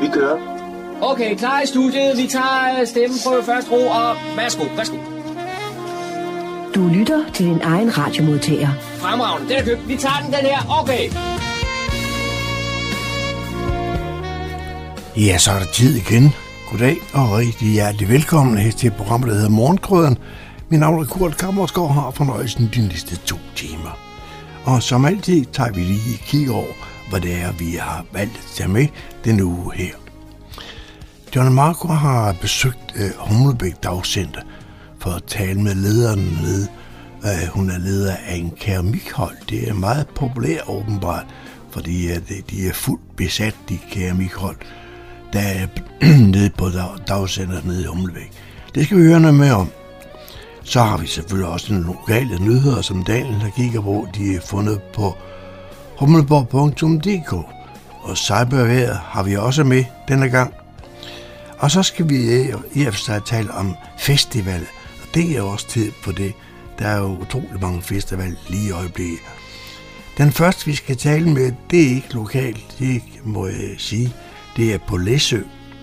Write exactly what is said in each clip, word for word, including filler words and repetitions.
Vi kører. Okay, klar i studiet. Vi tager stemmeprøve først, ro, og værsgo, værsgo. Du lytter til din egen radiomodtager. Fremragende, den er købt. Vi tager den, den her. Okay. Ja, så er der tid igen. Goddag og rigtig hjertelig velkommen her til programmet, der hedder Morgenkrøderen. Min navn er Kurt Kammersgaard, har fornøjelsen de næste to timer. Og som altid tager vi lige kig over, hvad det er, vi har valgt at tage med denne uge her. John Marco har besøgt øh, Humlebæk Dagcenter for at tale med lederen nede. Øh, hun er leder af en keramikhold. Det er meget populært åbenbart, fordi øh, de er fuldt besat, de keramikhold, der er nede på Dagcenteret nede i Humlebæk. Det skal vi høre noget mere om. Så har vi selvfølgelig også nogle lokale nyheder, som Daniel der kigger på. De er fundet på humleborg punktum d k. Og cyberværet har vi også med denne gang. Og så skal vi i efter tale om festivaler. Og det er også tid på det. Der er jo utrolig mange festivaler lige i øjeblikket. Den første, vi skal tale med, det er ikke lokalt, det må jeg sige. Det er på Læsø.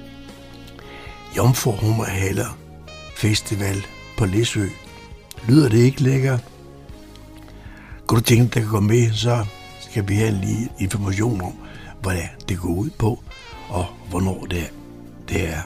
Jomfru Hummerhaler Festival på Læsø. Lyder det ikke lækkert? Kunne du tænke dig at gå med, så skal vi have lige information om, hvad det går ud på, og hvornår det er. Det er.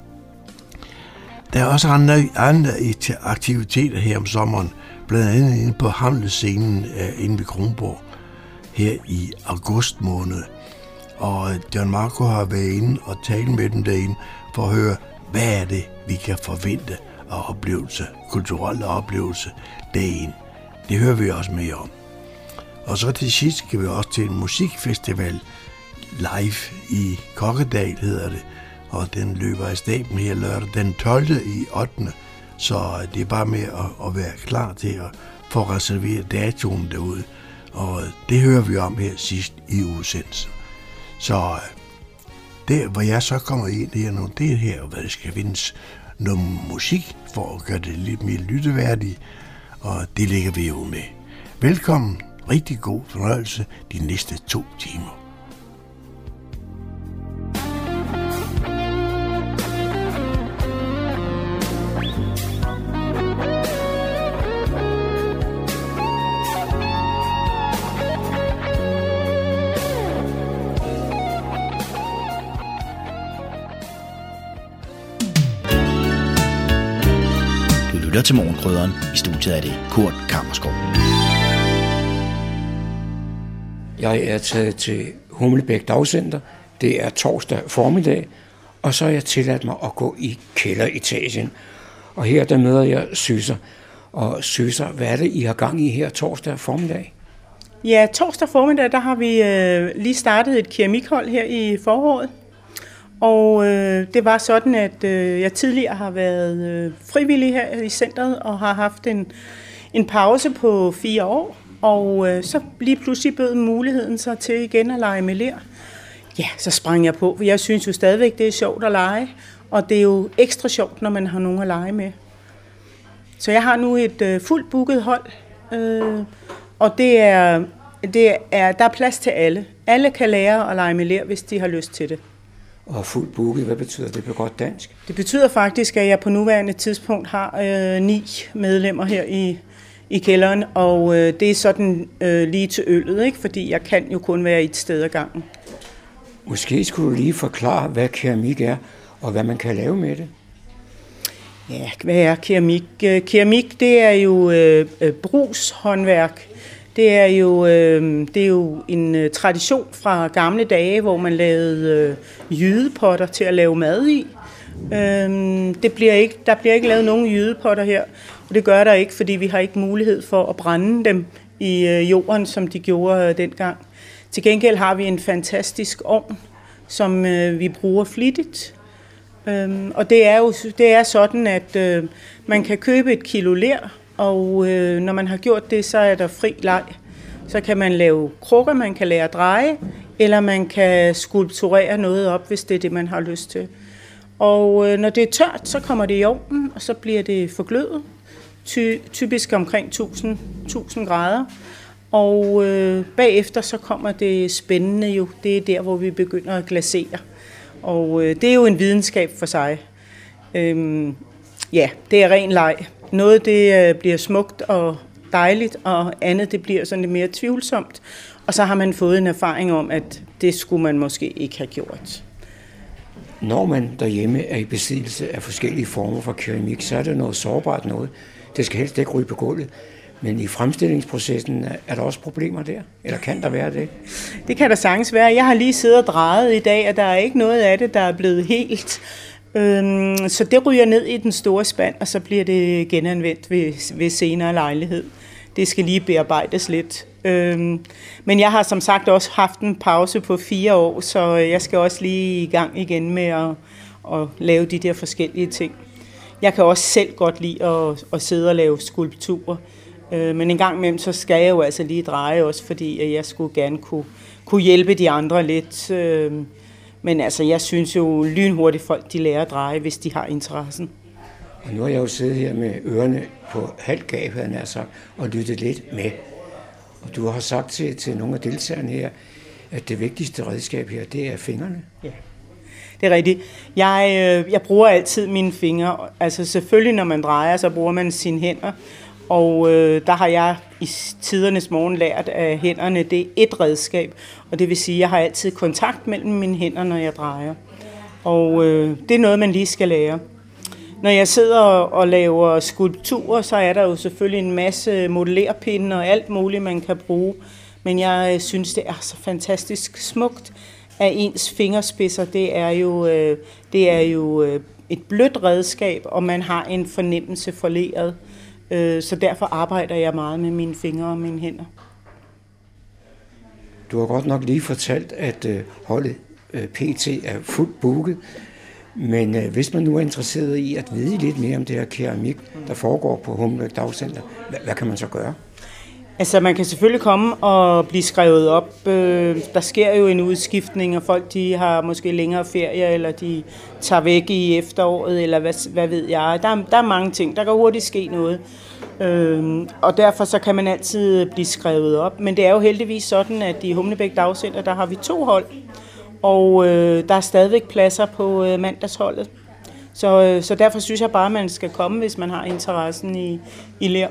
Der er også andre, andre aktiviteter her om sommeren, blandt andet inde på Hamlet-scenen inde ved Kronborg, her i august måned. Og John Marco har været inde og talt med dem derinde, for at høre, hvad er det, vi kan forvente af oplevelse, kulturelle oplevelse derinde. Det hører vi også mere om. Og så til sidst skal vi også til en musikfestival live i Kokkedal, hedder det. Og den løber af staben her lørdag den tolvte i ottende Så det er bare med at, at være klar til at få reserveret datoen derude. Og det hører vi om her sidst i udsendelsen. Så der, hvor jeg så kommer ind her nu, det er her, hvor det skal findes noget musik for at gøre det lidt mere lytteværdigt. Og det ligger vi jo med. Velkommen, rigtig god fornøjelse de næste to timer. Lytter til Morgenkrøderen. I studiet er det Kurt Kammersgaard. Jeg er taget til Humlebæk Dagcenter. Det er torsdag formiddag, og så har jeg tilladt mig at gå i kælderetagen. Og her der møder jeg Søser. Og Søser, hvad er det, I har gang i her torsdag formiddag? Ja, torsdag formiddag, der har vi øh, lige startet et keramikhold her i foråret. Og øh, det var sådan, at øh, jeg tidligere har været øh, frivillig her i centret og har haft en, en pause på fire år. Og øh, så lige pludselig bød muligheden så til igen at lege med ler. Ja, så sprang jeg på, for jeg synes jo stadigvæk, det er sjovt at lege. Og det er jo ekstra sjovt, når man har nogen at lege med. Så jeg har nu et øh, fuldt booket hold, øh, og det er, det er, der er plads til alle. Alle kan lære at lege med ler, hvis de har lyst til det. Og fuldt booket, hvad betyder det på godt dansk? Det betyder faktisk, at jeg på nuværende tidspunkt har øh, ni medlemmer her i, i kælderen, og øh, det er sådan øh, lige til øllet, ikke? Fordi jeg kan jo kun være et sted ad gangen. Måske skulle du lige forklare, hvad keramik er, og hvad man kan lave med det. Ja, hvad er keramik? Keramik, det er jo øh, brugshåndværk. Det er jo, øh, det er jo en øh, tradition fra gamle dage, hvor man lavede øh, jydepotter til at lave mad i. Øh, det bliver ikke, der bliver ikke lavet nogen jydepotter her, og det gør der ikke, fordi vi har ikke mulighed for at brænde dem i øh, jorden, som de gjorde øh, dengang. Til gengæld har vi en fantastisk ovn, som øh, vi bruger flittigt. Øh, og det er jo det er sådan, at øh, man kan købe et kilo ler, og øh, når man har gjort det, så er der fri leg. Så kan man lave krukker, man kan lære at dreje, eller man kan skulpturere noget op, hvis det er det, man har lyst til. Og øh, når det er tørt, så kommer det i ovnen, og så bliver det forglødet, ty- typisk omkring tusind grader. Og øh, bagefter så kommer det spændende jo, det er der, hvor vi begynder at glasere. Og øh, det er jo en videnskab for sig. Øhm, ja, det er ren leg. Noget det øh, bliver smukt og dejligt, og andet det bliver sådan lidt mere tvivlsomt. Og så har man fået en erfaring om, at det skulle man måske ikke have gjort. Når man derhjemme er i besiddelse af forskellige former for keramik, så er det noget sårbart noget. Det skal helst ikke ryge på gulvet. Men i fremstillingsprocessen er der også problemer der? Eller kan der være det? Det kan der sagtens være. Jeg har lige siddet og drejet i dag, og der er ikke noget af det, der er blevet helt. Øhm, så det ryger ned i den store spand, og så bliver det genanvendt ved, ved senere lejlighed. Det skal lige bearbejdes lidt. Øhm, men jeg har som sagt også haft en pause på fire år, så jeg skal også lige i gang igen med at, at lave de der forskellige ting. Jeg kan også selv godt lide at, at sidde og lave skulpturer. Men en gang imellem, så skal jeg jo altså lige dreje også, fordi jeg skulle gerne kunne, kunne hjælpe de andre lidt. Men altså, jeg synes jo lynhurtigt folk, de lærer at dreje, hvis de har interessen. Og nu har jeg jo siddet her med ørerne på halvt gab, havde jeg sagt, og lyttet lidt med. Og du har sagt til, til nogle af deltagerne her, at det vigtigste redskab her, det er fingrene. Ja, det er rigtigt. Jeg, jeg bruger altid mine fingre. Altså selvfølgelig, når man drejer, så bruger man sine hænder. Og øh, der har jeg i tidernes morgen lært, at hænderne det er et redskab. Og det vil sige, at jeg har altid kontakt mellem mine hænder, når jeg drejer. Og øh, det er noget, man lige skal lære. Når jeg sidder og laver skulpturer, så er der jo selvfølgelig en masse modellerpinde og alt muligt, man kan bruge. Men jeg synes, det er så fantastisk smukt, at ens fingerspidser, det er jo, øh, det er jo øh, et blødt redskab, og man har en fornemmelse for leret. Så derfor arbejder jeg meget med mine fingre og mine hænder. Du har godt nok lige fortalt, at holdet P T er fuldt booket. Men hvis man nu er interesseret i at vide lidt mere om det her keramik, der foregår på Humlebæk Dagcenter, hvad, hvad kan man så gøre? Altså, man kan selvfølgelig komme og blive skrevet op. Der sker jo en udskiftning, og folk de har måske længere ferie, eller de tager væk i efteråret, eller hvad, hvad ved jeg. Der, der er mange ting. Der kan hurtigt ske noget. Og derfor så kan man altid blive skrevet op. Men det er jo heldigvis sådan, at i Humlebæk Dagcenter, der har vi to hold. Og der er stadigvæk pladser på mandagsholdet. Så, så derfor synes jeg bare, at man skal komme, hvis man har interessen i, i ler.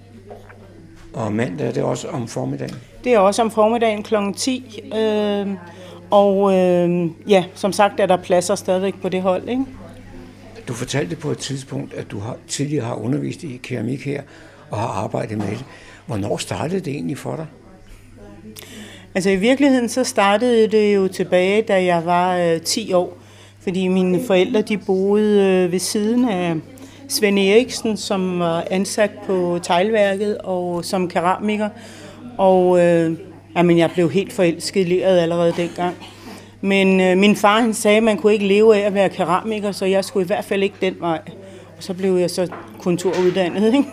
Og mandag er det også om formiddagen? Det er også om formiddagen klokken ti. Øh, og øh, ja, som sagt er der pladser stadigvæk på det hold, ikke? Du fortalte på et tidspunkt, at du har, tidligere har undervist i keramik her og har arbejdet med det. Hvornår startede det egentlig for dig? Altså i virkeligheden så startede det jo tilbage, da jeg var øh, ti år. Fordi mine forældre de boede øh, ved siden af Svend Eriksen, som var ansat på teglværket og som keramiker. Og øh, jamen, jeg blev helt forelsket i leret allerede dengang. Men øh, min far han sagde, at man kunne ikke leve af at være keramiker, så jeg skulle i hvert fald ikke den vej. Og så blev jeg så kontoruddannet. Ikke?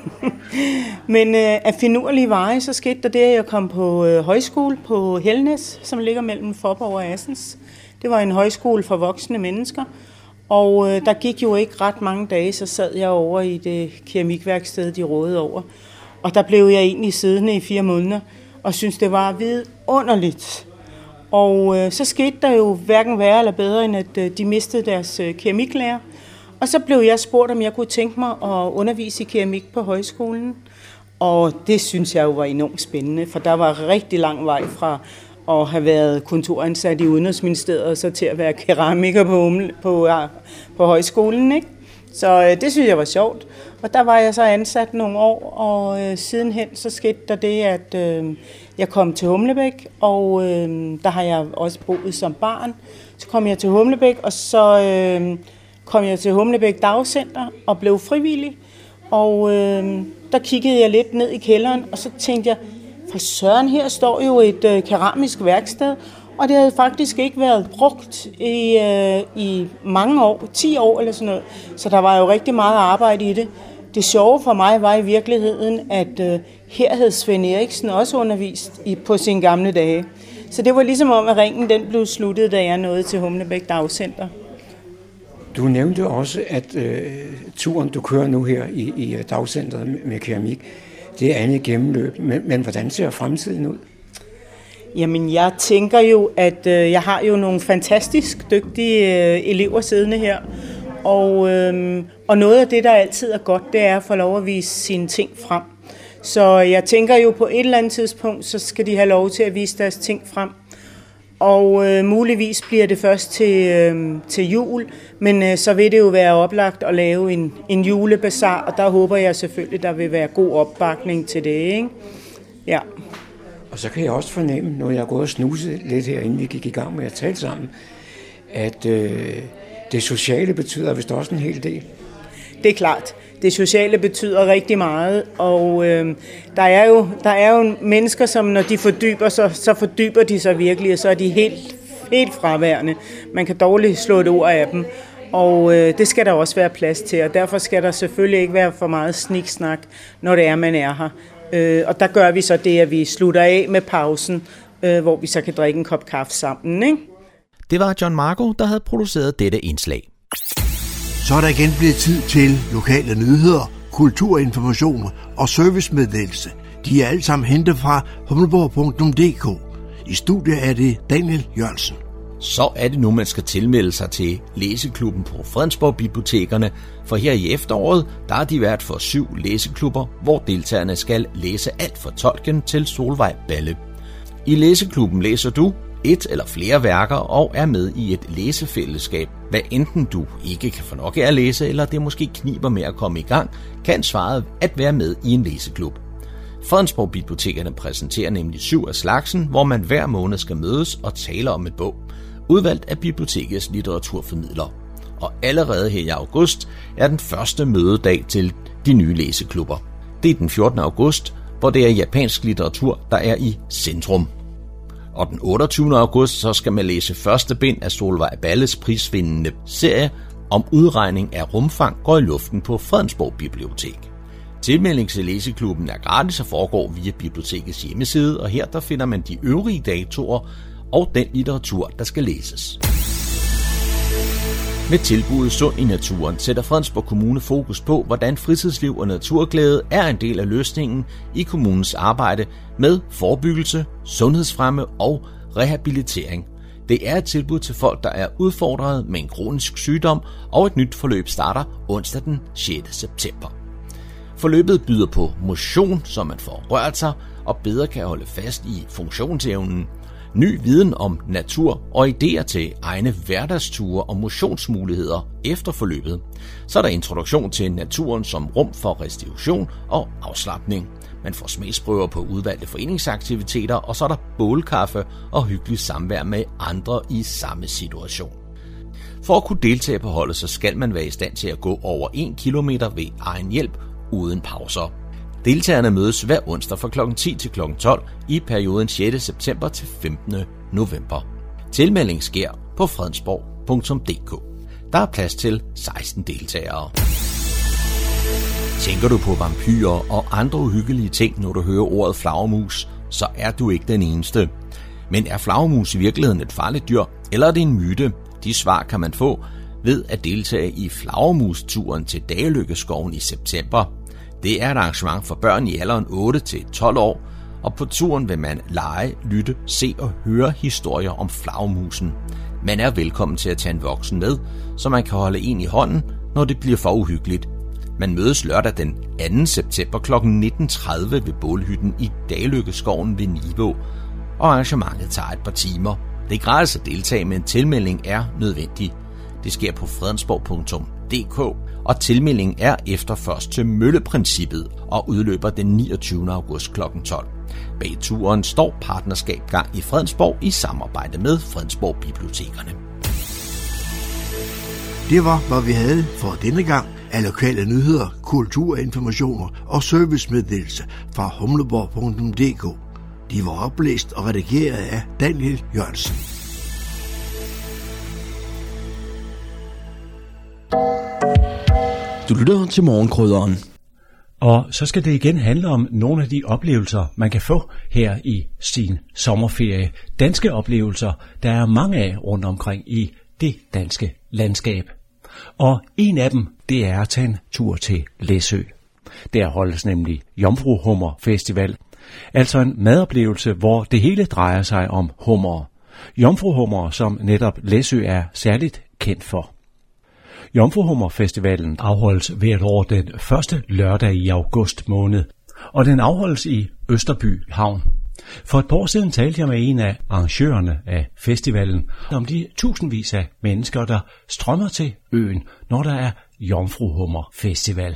Men øh, af finurlige veje, så skete der det, at jeg kom på øh, højskole på Helnæs, som ligger mellem Faaborg og Assens. Det var en højskole for voksne mennesker. Og øh, der gik jo ikke ret mange dage, så sad jeg over i det keramikværksted, de rådede over. Og der blev jeg egentlig siddende i fire måneder, og syntes, det var vidunderligt. Og øh, så skete der jo hverken værre eller bedre, end at øh, de mistede deres øh, keramiklærer. Og så blev jeg spurgt, om jeg kunne tænke mig at undervise i keramik på højskolen. Og det synes jeg jo var enormt spændende, for der var rigtig lang vej fra at have været kontoransat i Udenrigsministeriet og så til at være keramiker på, på, på højskolen, ikke? Så øh, det synes jeg var sjovt. Og der var jeg så ansat nogle år, og øh, sidenhen så skete der det, at øh, jeg kom til Humlebæk, og øh, der har jeg også boet som barn. Så kom jeg til Humlebæk, og så øh, kom jeg til Humlebæk Dagcenter og blev frivillig. Og øh, der kiggede jeg lidt ned i kælderen, og så tænkte jeg, for søren, her står jo et øh, keramisk værksted, og det havde faktisk ikke været brugt i, øh, i mange år, ti år eller sådan noget. Så der var jo rigtig meget arbejde i det. Det sjove for mig var i virkeligheden, at øh, her havde Svend Eriksen også undervist i, på sine gamle dage. Så det var ligesom om, at ringen den blev sluttet, da jeg nåede til Humlebæk Dagcenter. Du nævnte også, at øh, turen, du kører nu her i, i dagcentret med keramik, det er andet gennemløb. Men, men hvordan ser fremtiden ud? Jamen, jeg tænker jo, at øh, jeg har jo nogle fantastisk dygtige øh, elever siddende her. Og, øh, og noget af det, der altid er godt, det er at få lov at vise sine ting frem. Så jeg tænker jo på et eller andet tidspunkt, så skal de have lov til at vise deres ting frem. Og øh, muligvis bliver det først til, øh, til jul, men øh, så vil det jo være oplagt at lave en, en julebazar, og der håber jeg selvfølgelig, der vil være god opbakning til det, ikke? Ja. Og så kan jeg også fornemme, når jeg har gået og snuset lidt her, inden vi gik i gang med at tale sammen, at øh, det sociale betyder vist også en hel del. Det er klart. Det sociale betyder rigtig meget, og øh, der, er jo, der er jo mennesker, som når de fordyber sig, så fordyber de sig virkelig, og så er de helt, helt fraværende. Man kan dårligt slå et ord af dem, og øh, det skal der også være plads til, og derfor skal der selvfølgelig ikke være for meget sniksnak, når det er, man er her. Øh, og der gør vi så det, at vi slutter af med pausen, øh, hvor vi så kan drikke en kop kaffe sammen, ikke? Det var John Marco, der havde produceret dette indslag. Så er der igen blevet tid til lokale nyheder, kulturinformationer og servicemeddelelse. De er alle sammen hentet fra humleborg punktum d k. I studiet er det Daniel Jørgensen. Så er det nu, man skal tilmelde sig til læseklubben på Fredensborg Bibliotekerne, for her i efteråret, der er de vært for syv læseklubber, hvor deltagerne skal læse alt fra Tolkien til Solvej Balle. I læseklubben læser du et eller flere værker og er med i et læsefællesskab. Hvad enten du ikke kan få nok af at læse, eller det måske kniber med at komme i gang, kan svaret at være med i en læseklub. Fredensborg Bibliotekerne præsenterer nemlig syv af slagsen, hvor man hver måned skal mødes og tale om et bog, udvalgt af bibliotekets litteraturformidler. Og allerede her i august er den første mødedag til de nye læseklubber. Det er den fjortende august, hvor det er japansk litteratur, der er i centrum. Og den otteogtyvende august så skal man læse første bind af Solvej Balles prisvindende serie om udregning af rumfang går i luften på Fredensborg Bibliotek. Tilmelding til læseklubben er gratis og foregår via bibliotekets hjemmeside, og her der finder man de øvrige datoer og den litteratur, der skal læses. Med tilbuddet Sund i naturen sætter Fredensborg Kommune fokus på, hvordan fritidsliv og naturglæde er en del af løsningen i kommunens arbejde med forebyggelse, sundhedsfremme og rehabilitering. Det er et tilbud til folk, der er udfordret med en kronisk sygdom, og et nyt forløb starter onsdag den sjette september. Forløbet byder på motion, så man får rørt sig og bedre kan holde fast i funktionsevnen. Ny viden om natur og idéer til egne hverdagsture og motionsmuligheder efter forløbet. Så er der introduktion til naturen som rum for restitution og afslapning. Man får smagsprøver på udvalgte foreningsaktiviteter, og så er der bålkaffe og hyggelig samvær med andre i samme situation. For at kunne deltage på holdet, så skal man være i stand til at gå over en kilometer ved egen hjælp uden pauser. Deltagerne mødes hver onsdag fra klokken ti til klokken tolv i perioden sjette september til femtende november. Tilmelding sker på fredensborg punktum d k. Der er plads til seksten deltagere. Tænker du på vampyrer og andre uhyggelige ting, når du hører ordet flagermus, så er du ikke den eneste. Men er flagermus i virkeligheden et farligt dyr, eller er det en myte? De svar kan man få ved at deltage i flagermusturen til Dagelykkeskoven i september. Det er et arrangement for børn i alderen otte til tolv år, og på turen vil man lege, lytte, se og høre historier om flagermusen. Man er velkommen til at tage en voksen med, så man kan holde en i hånden, når det bliver for uhyggeligt. Man mødes lørdag den anden september kl. nitten tredive ved bålhytten i Dagelykkeskoven ved Nivå, og arrangementet tager et par timer. Det er gratis at deltage, men tilmelding er nødvendig. Det sker på fredensborg punktum d k, og tilmeldingen er efter først til mølleprincippet og udløber den niogtyvende august kl. tolv. Bag turen står partnerskab gang i Fredensborg i samarbejde med Fredensborg Bibliotekerne. Det var, hvad vi havde for denne gang af lokale nyheder, kulturinformationer og servicemeddelelse fra humleborg punktum d k. De var oplæst og redigeret af Daniel Jørgensen. Du lytter til Morgenkrydderen. Og så skal det igen handle om nogle af de oplevelser, man kan få her i sin sommerferie. Danske oplevelser, der er mange af rundt omkring i det danske landskab. Og en af dem, det er at tage en tur til Læsø. Der holdes nemlig Jomfruhummer Festival, Altså en madoplevelse, hvor det hele drejer sig om hummer. Jomfruhummer, som netop Læsø er særligt kendt for. Jomfruhummerfestivalen afholdes hvert år den første lørdag i august måned, og den afholdes i Østerby Havn. For et par år siden talte jeg med en af arrangørerne af festivalen om de tusindvis af mennesker, der strømmer til øen, når der er Jomfruhummerfestival.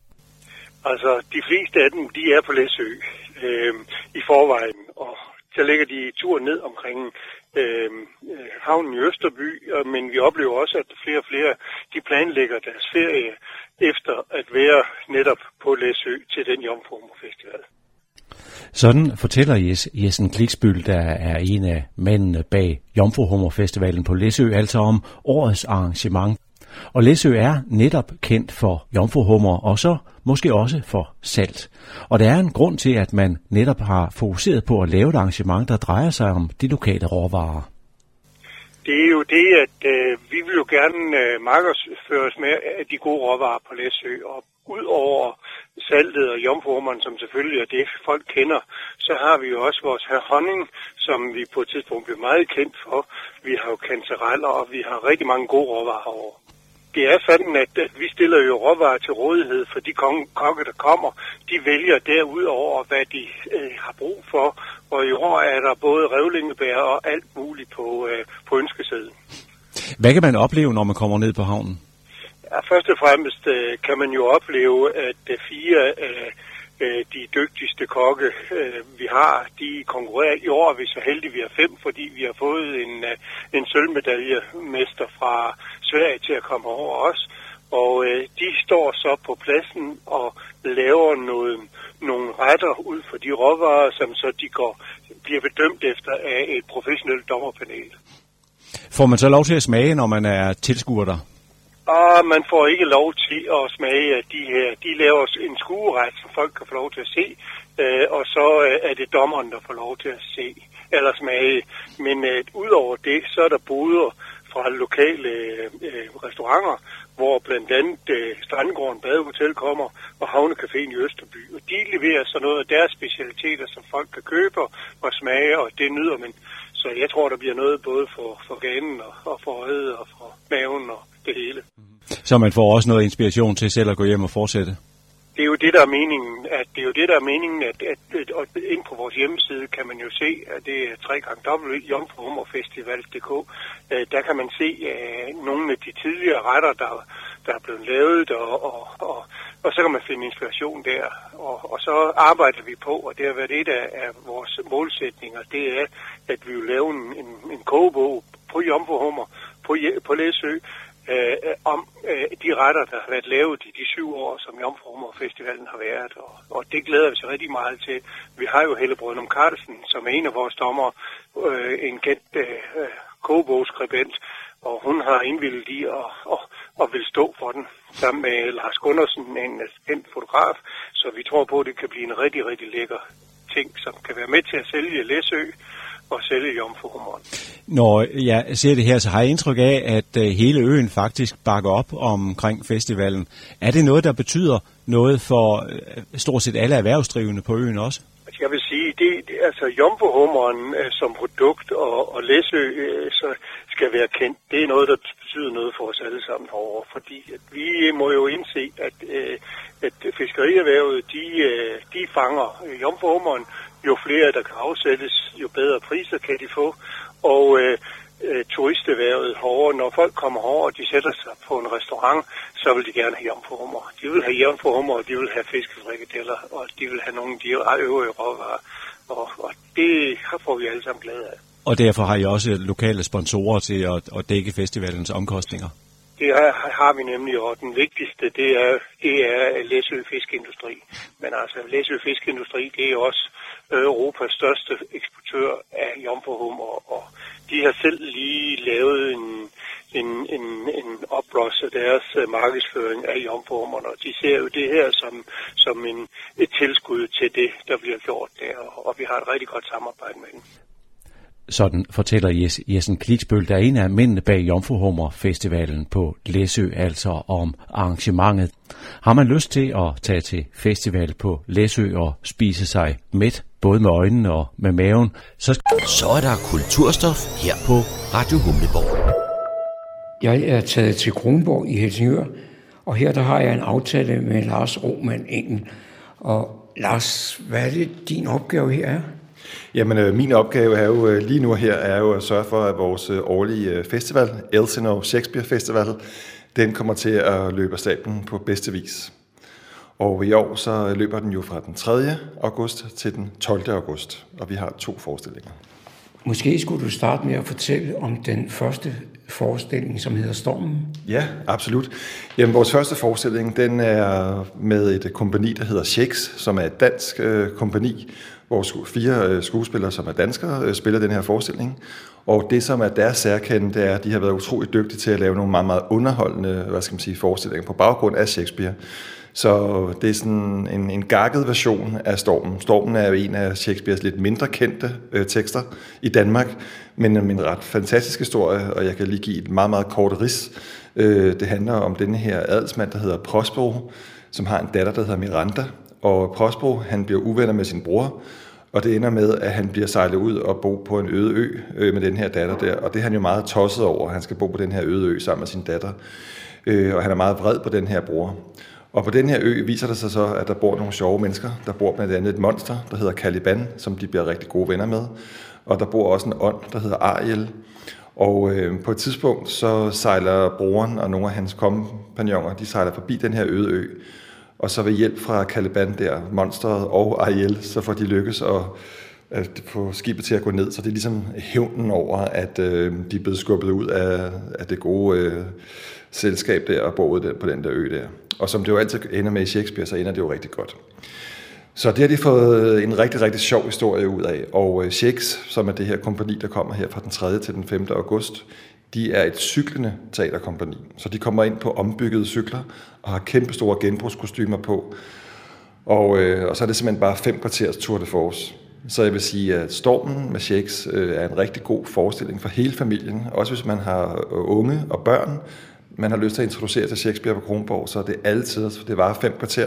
Altså, de fleste af dem, de er på Læsø øh, i forvejen, og så lægger de tur ned omkring øh, havnen i Østerby, men vi oplever også, at flere og flere, de planlægger deres ferie efter at være netop på Læsø til den Jomfruhummerfestival. Sådan fortæller Jes, Jessen Kliksbøl, der er en af mændene bag Jomfruhummerfestivalen på Læsø, altså om årets arrangement. Og Læsø er netop kendt for jomfruhummer, og så måske også for salt. Og der er en grund til, at man netop har fokuseret på at lave et arrangement, der drejer sig om de lokale råvarer. Det er jo det, at øh, vi vil jo gerne øh, markedsføres med af de gode råvarer på Læsø, og ud over saltet og jomfruhummeren, som selvfølgelig er det, folk kender, så har vi jo også vores her honning, som vi på et tidspunkt bliver meget kendt for. Vi har jo kantereller, og vi har rigtig mange gode råvarer herovre. Det er sådan, at vi stiller jo råvarer til rådighed for de kokke, der kommer. De vælger derudover, hvad de øh, har brug for, og i år er der både revlingebær og alt muligt på, øh, på ønskesedlen. Hvad kan man opleve, når man kommer ned på havnen? Ja, først og fremmest øh, kan man jo opleve, at øh, fire af øh, de dygtigste kokke, øh, vi har, de konkurrerer. I år er vi så heldige, vi har fem, fordi vi har fået en, øh, en sølvmedaljemester fra Sverige til at komme over os. Og øh, de står så på pladsen og laver noget, nogle retter ud for de råvarer, som så de går, bliver bedømt efter af et professionelt dommerpanel. Får man så lov til at smage, når man er tilskuer der? Og man får ikke lov til at smage af de her. De laver en skueret, som folk kan få lov til at se, øh, og så øh, er det dommeren, der får lov til at se eller smage. Men øh, udover det, så er der boder fra lokale øh, restauranter, hvor blandt andet øh, Strandgården Badehotel kommer, og Havnecaféen i Østerby. Og de leverer så noget af deres specialiteter, som folk kan købe og smage, og det nyder man. Så jeg tror, der bliver noget både for, for ganen og, og for øjet og for maven og det hele. Så man får også noget inspiration til selv at gå hjem og fortsætte? Det er jo det, der er meningen, at det er jo det, der er meningen, at, at, at, at ind på vores hjemmeside kan man jo se, at det er tre gange w punktum jomfruhummerfestival punktum d k. Uh, der kan man se uh, nogle af de tidligere retter, der, der er blevet lavet, og, og, og, og så kan man finde inspiration der. Og, og så arbejder vi på, og det har været et af, af vores målsætninger, det er, at vi vil lave en, en, en kogebog på jomfruhummer på, på Læsø, Øh, om øh, de retter, der har været lavet i de syv år, som Jomfruhummerfestivalen har været, og, og det glæder vi sig rigtig meget til. Vi har jo Helle Brøndum Carlsen, som er en af vores dommer, øh, en kendt øh, kogebogsskribent, og hun har indvildet i at og, og vil stå for den, sammen med Lars Gundersen, en kendt fotograf, så vi tror på, at det kan blive en rigtig, rigtig lækker ting, som kan være med til at sælge Læsø og sælge jomfruhummeren. Når jeg ser det her, så har jeg indtryk af, at hele øen faktisk bakker op omkring festivalen. Er det noget, der betyder noget for stort set alle erhvervsdrivende på øen også? Jeg vil sige, det, det altså jomfruhummeren øh, som produkt og, og Læsø øh, så skal være kendt. Det er noget, der betyder noget for os alle sammen herovre, fordi at vi må jo indse, at, øh, at fiskerierhvervet, de, øh, de fanger øh, jomfruhummeren. Jo flere, der kan afsættes, jo bedre priser kan de få. Og øh, øh, turisterhvervet herovre, når folk kommer herover, og de sætter sig på en restaurant, så vil de gerne have jomfruhummer. De vil have jomfruhummer, og de vil have fiskefrikadeller, og de vil have nogle af de øvrige råvarer. Og, og det får vi alle sammen glæde af. Og derfor har I også lokale sponsorer til at, at dække festivalens omkostninger? Det har, har vi nemlig, og den vigtigste, det er, det er Læsø Fiskeindustri. Men altså, Læsø Fiskeindustri, det er også Europas største eksportør af jomfruhummer, og de har selv lige lavet en, en, en, en opblos af deres markedsføring af jomfruhummerne, og de ser jo det her som, som en, et tilskud til det, der bliver gjort der, og vi har et rigtig godt samarbejde med dem. Sådan fortæller Jes, Jessen Kliksbøl, der er en af mændene bag Jomfruhummer Festivalen på Læsø, altså om arrangementet. Har man lyst til at tage til festival på Læsø og spise sig mæt, både med øjnene og med maven, så, så er der kulturstof her på Radio Humleborg. Jeg er taget til Kronborg i Helsingør, og her der har jeg en aftale med Lars Roman Engel. Og Lars, hvad er det din opgave her er? Jamen, øh, min opgave er jo øh, lige nu her er jo at sørge for, at vores øh, årlige øh, festival, Elsinore Shakespeare Festival, den kommer til at løbe af stablen på bedste vis. Og i år så løber den jo fra den tredje august til den tolvte august, og vi har to forestillinger. Måske skulle du starte med at fortælle om den første forestilling, som hedder Stormen. Ja, absolut. Jamen, vores første forestilling, den er med et kompagni, der hedder Shakes, som er et dansk øh, kompagni. Vores fire øh, skuespillere, som er danskere, øh, spiller den her forestilling. Og det, som er deres særkende, det er, at de har været utroligt dygtige til at lave nogle meget, meget underholdende, hvad skal man sige, forestillinger på baggrund af Shakespeare. Så det er sådan en, en gakket version af Stormen. Stormen er jo en af Shakespeares lidt mindre kendte øh, tekster i Danmark, men en ret fantastisk historie, og jeg kan lige give et meget, meget kort rids. Øh, det handler om denne her adelsmand, der hedder Prospero, som har en datter, der hedder Miranda, og Prospero, han bliver uvenner med sin bror, og det ender med, at han bliver sejlet ud og bo på en øde ø øh, med den her datter der, og det er han jo meget tosset over, at han skal bo på den her øde ø sammen med sin datter, øh, og han er meget vred på den her bror. Og på den her ø viser det sig så, at der bor nogle sjove mennesker. Der bor blandt andet et monster, der hedder Caliban, som de bliver rigtig gode venner med. Og der bor også en ånd, der hedder Ariel. Og øh, på et tidspunkt, så sejler broren og nogle af hans kompagnoner, de sejler forbi den her øde ø. Og så ved hjælp fra Caliban der, monsteret og Ariel, så får de lykkes at, at få skibet til at gå ned. Så det er ligesom hævnen over, at øh, de er blevet skubbet ud af, af det gode øh, selskab der og bor på den der ø der. Og som det jo altid ender med i Shakespeare, så ender det jo rigtig godt. Så det har de fået en rigtig, rigtig sjov historie ud af. Og Shakes, som er det her kompagni, der kommer her fra den tredje til den femte august, de er et cyklende teaterkompagni. Så de kommer ind på ombyggede cykler og har kæmpe store genbrugskostymer på. Og, øh, og så er det simpelthen bare fem kvarters tour de force. Så jeg vil sige, at Stormen med Shakes øh, er en rigtig god forestilling for hele familien. Også hvis man har unge og børn, man har lyst til at introducere til Shakespeare på Kronborg, så er det altid, for det varer fem kvarter.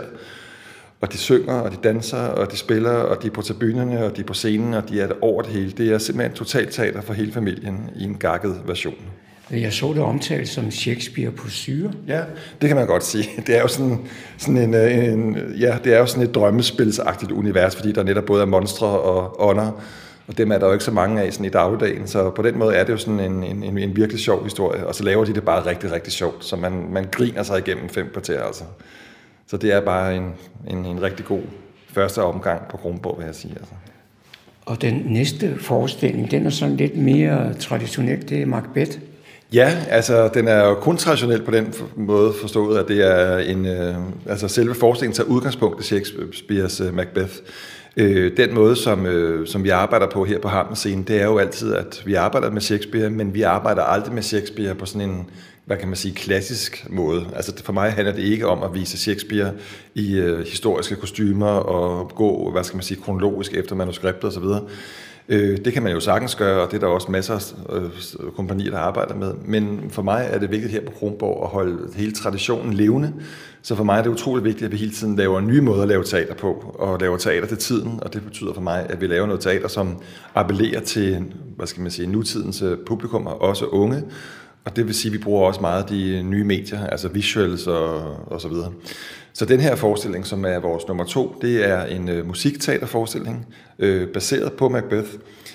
Og de synger, og de danser, og de spiller, og de er på tribunerne, og de er på scenen, og de er det over det hele. Det er simpelthen totalt teater for hele familien i en gakket version. Jeg så det omtalt som Shakespeare på syre. Ja, det kan man godt sige. Det er jo sådan, sådan en, en, ja, det er jo sådan et drømmespilsagtigt univers, fordi der netop både er monstre og ånder, og dem er der jo ikke så mange af sådan i dagligdagen, så på den måde er det jo sådan en, en, en, en virkelig sjov historie, og så laver de det bare rigtig, rigtig sjovt, så man, man griner sig igennem fem kvarter altså. Så det er bare en, en, en rigtig god første omgang på Kronborg, vil jeg sige. Altså. Og den næste forestilling, den er sådan lidt mere traditionel, det er Macbeth. Ja, altså den er jo kun traditionel på den måde forstået, at det er en, øh, altså selve forestillingen tager udgangspunkt i Shakespeares øh, Macbeth. Øh, den måde, som, øh, som vi arbejder på her på Hammerscenen, det er jo altid, at vi arbejder med Shakespeare, men vi arbejder aldrig med Shakespeare på sådan en, hvad kan man sige, klassisk måde. Altså for mig handler det ikke om at vise Shakespeare i øh, historiske kostymer og gå, hvad skal man sige, kronologisk efter manuskriptet osv. Øh, det kan man jo sagtens gøre, og det er der også masser af øh, kompagnier, der arbejder med. Men for mig er det vigtigt her på Kronborg at holde hele traditionen levende. Så for mig er det utroligt vigtigt, at vi hele tiden laver nye måder at lave teater på, og laver teater til tiden, og det betyder for mig, at vi laver noget teater, som appellerer til, hvad skal man sige, nutidens publikum, og også unge. Og det vil sige, at vi bruger også meget de nye medier, altså visuals og, og så videre. Så den her forestilling, som er vores nummer to, det er en øh, musikteaterforestilling, øh, baseret på Macbeth.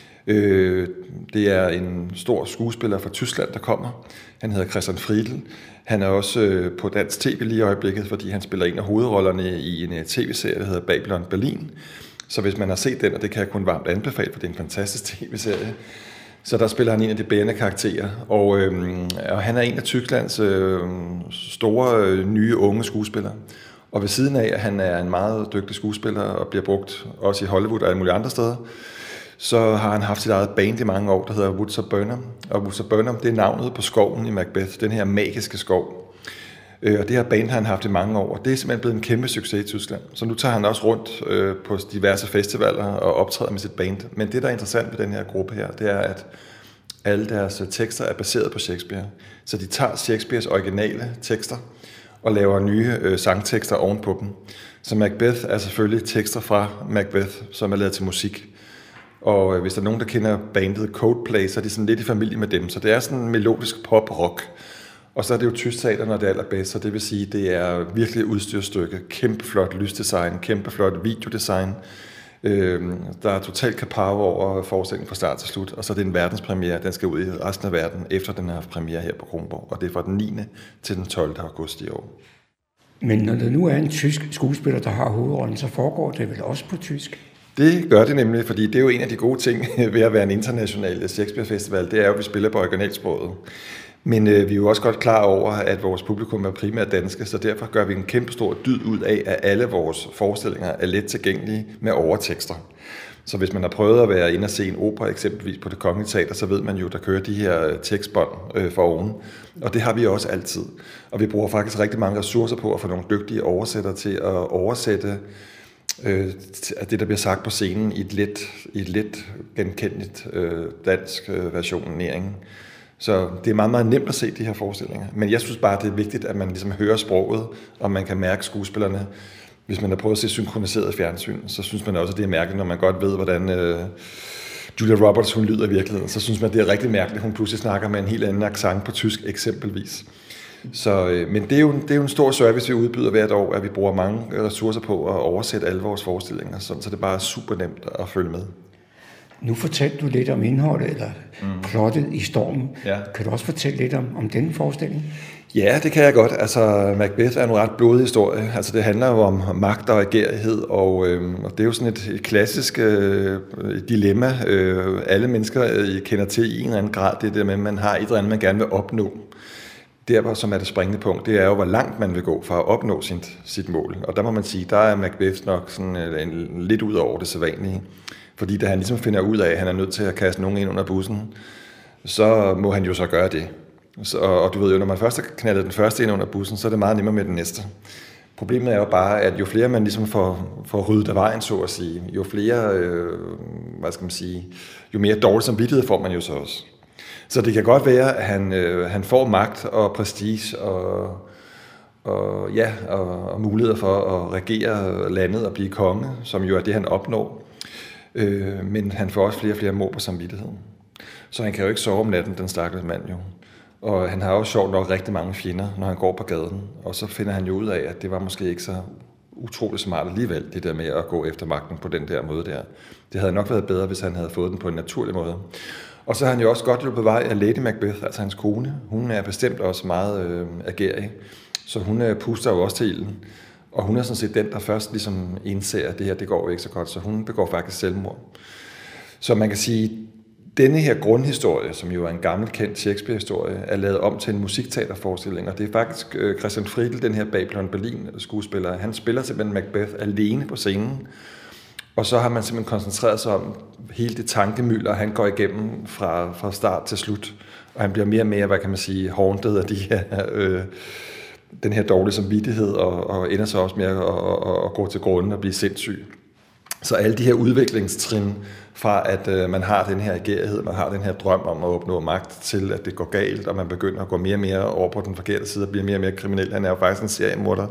Øh, det er en stor skuespiller fra Tyskland, der kommer. Han hedder Christian Friedl. Han er også øh, på dansk tv lige i øjeblikket, fordi han spiller en af hovedrollerne i en tv-serie, der hedder Babylon Berlin. Så hvis man har set den, og det kan jeg kun varmt anbefale, for det er en fantastisk tv-serie, så der spiller han en af de bærende karakterer, og, øhm, og han er en af Tysklands øh, store, øh, nye, unge skuespillere. Og ved siden af, at han er en meget dygtig skuespiller og bliver brugt også i Hollywood og alle mulige andre steder, så har han haft sit eget band i mange år, der hedder Woods of Burnham. Og Woods of Burnham, det er navnet på skoven i Macbeth, den her magiske skov. Og det her band har han haft i mange år, og det er simpelthen blevet en kæmpe succes i Tyskland. Så nu tager han også rundt øh, på diverse festivaler og optræder med sit band. Men det, der er interessant ved den her gruppe her, det er, at alle deres tekster er baseret på Shakespeare. Så de tager Shakespeares originale tekster og laver nye øh, sangtekster ovenpå dem. Så Macbeth er selvfølgelig tekster fra Macbeth, som er lavet til musik. Og øh, hvis der er nogen, der kender bandet Coldplay, så er de sådan lidt i familie med dem. Så det er sådan en melodisk pop-rock. Og så er det jo tysk teater, når det er allerbedst, så det vil sige, det er virkelig udstyrstykke. Kæmpe flot lysdesign, kæmpe flot videodesign. Øh, der er totalt kapav over forestillingen fra start til slut, og så er det en verdenspremiere, den skal ud i resten af verden, efter den har haft premiere her på Kronborg, og det er fra den niende til den tolvte august i år. Men når der nu er en tysk skuespiller, der har hovedrollen, så foregår det vel også på tysk? Det gør det nemlig, fordi det er jo en af de gode ting ved at være en international Shakespeare-festival, det er jo, at vi spiller på originalsproget. Men øh, vi er jo også godt klar over, at vores publikum er primært danske, så derfor gør vi en kæmpe stor dyd ud af, at alle vores forestillinger er let tilgængelige med overtekster. Så hvis man har prøvet at være inde og se en opera eksempelvis på Det Kongelige Teater, så ved man jo, der kører de her tekstbånd øh, for oven. Og det har vi også altid. Og vi bruger faktisk rigtig mange ressourcer på at få nogle dygtige oversættere til at oversætte øh, det, der bliver sagt på scenen i et lidt, i et lidt genkendeligt øh, dansk øh, versionering. Så det er meget, meget nemt at se de her forestillinger. Men jeg synes bare, det er vigtigt, at man ligesom hører sproget, og man kan mærke skuespillerne. Hvis man har prøvet at se synkroniseret fjernsyn, så synes man også, at det er mærkeligt, når man godt ved, hvordan øh, Julia Roberts hun lyder i virkeligheden. Så synes man, det er rigtig mærkeligt, at hun pludselig snakker med en helt anden accent på tysk eksempelvis. Så, øh, men det er, jo, det er jo en stor service, vi udbyder hvert år, at vi bruger mange ressourcer på at oversætte alle vores forestillinger, sådan, så det er bare super nemt at følge med. Nu fortalte du lidt om indholdet, eller mm. plottet i Stormen. Ja. Kan du også fortælle lidt om, om denne forestilling? Ja, det kan jeg godt. Altså, Macbeth er en ret blodig historie. Altså, det handler jo om magt og agerighed, og, øh, og det er jo sådan et, et klassisk øh, dilemma. Øh, alle mennesker øh, kender til i en eller anden grad det der med, at man har et eller andet, man gerne vil opnå. Der, som er det springende punkt, det er jo, hvor langt man vil gå for at opnå sit, sit mål. Og der må man sige, der er Macbeth nok sådan, en, lidt ud over det sædvanlige. Fordi da han ligesom finder ud af, at han er nødt til at kaste nogen ind under bussen, så må han jo så gøre det. Så, og du ved jo, når man først har knaldet den første ind under bussen, så er det meget nemmere med den næste. Problemet er jo bare, at jo flere man ligesom får, får ryddet af vejen, så at sige, jo flere, øh, hvad skal man sige, jo mere dårlig samvittighed får man jo så også. Så det kan godt være, at han, øh, han får magt og prestige og, og, ja, og, og muligheder for at regere landet og blive konge, som jo er det, han opnår. Øh, men han får også flere og flere mord på samvittigheden. Så han kan jo ikke sove om natten, den stakkels mand jo. Og han har også sjovt nok rigtig mange fjender, når han går på gaden. Og så finder han jo ud af, at det var måske ikke så utroligt smart alligevel, det der med at gå efter magten på den der måde der. Det havde nok været bedre, hvis han havde fået den på en naturlig måde. Og så har han jo også godt hjulpet vej af Lady Macbeth, altså hans kone. Hun er bestemt også meget øh, agerig, så hun øh, puster jo også til ilden. Og hun er sådan set den, der først ligesom indser, at det her, det går jo ikke så godt, så hun begår faktisk selvmord. Så man kan sige, denne her grundhistorie, som jo er en gammel kendt Shakespeare-historie, er lavet om til en musikteaterforestilling, og det er faktisk Christian Friedel, den her Babylon Berlin-skuespiller, han spiller simpelthen Macbeth alene på scenen, og så har man simpelthen koncentreret sig om hele det tankemylder, han går igennem fra, fra start til slut, og han bliver mere og mere, hvad kan man sige, haunted af de her... Øh, den her dårlige samvittighed, og, og ender så også med at, at, at, at gå til grunden og blive sindssyg. Så alle de her udviklingstrin fra, at øh, man har den her agerighed, man har den her drøm om at opnå magt, til at det går galt, og man begynder at gå mere og mere over på den forkerte side, og bliver mere og mere kriminel. Han er jo faktisk en seriemorder.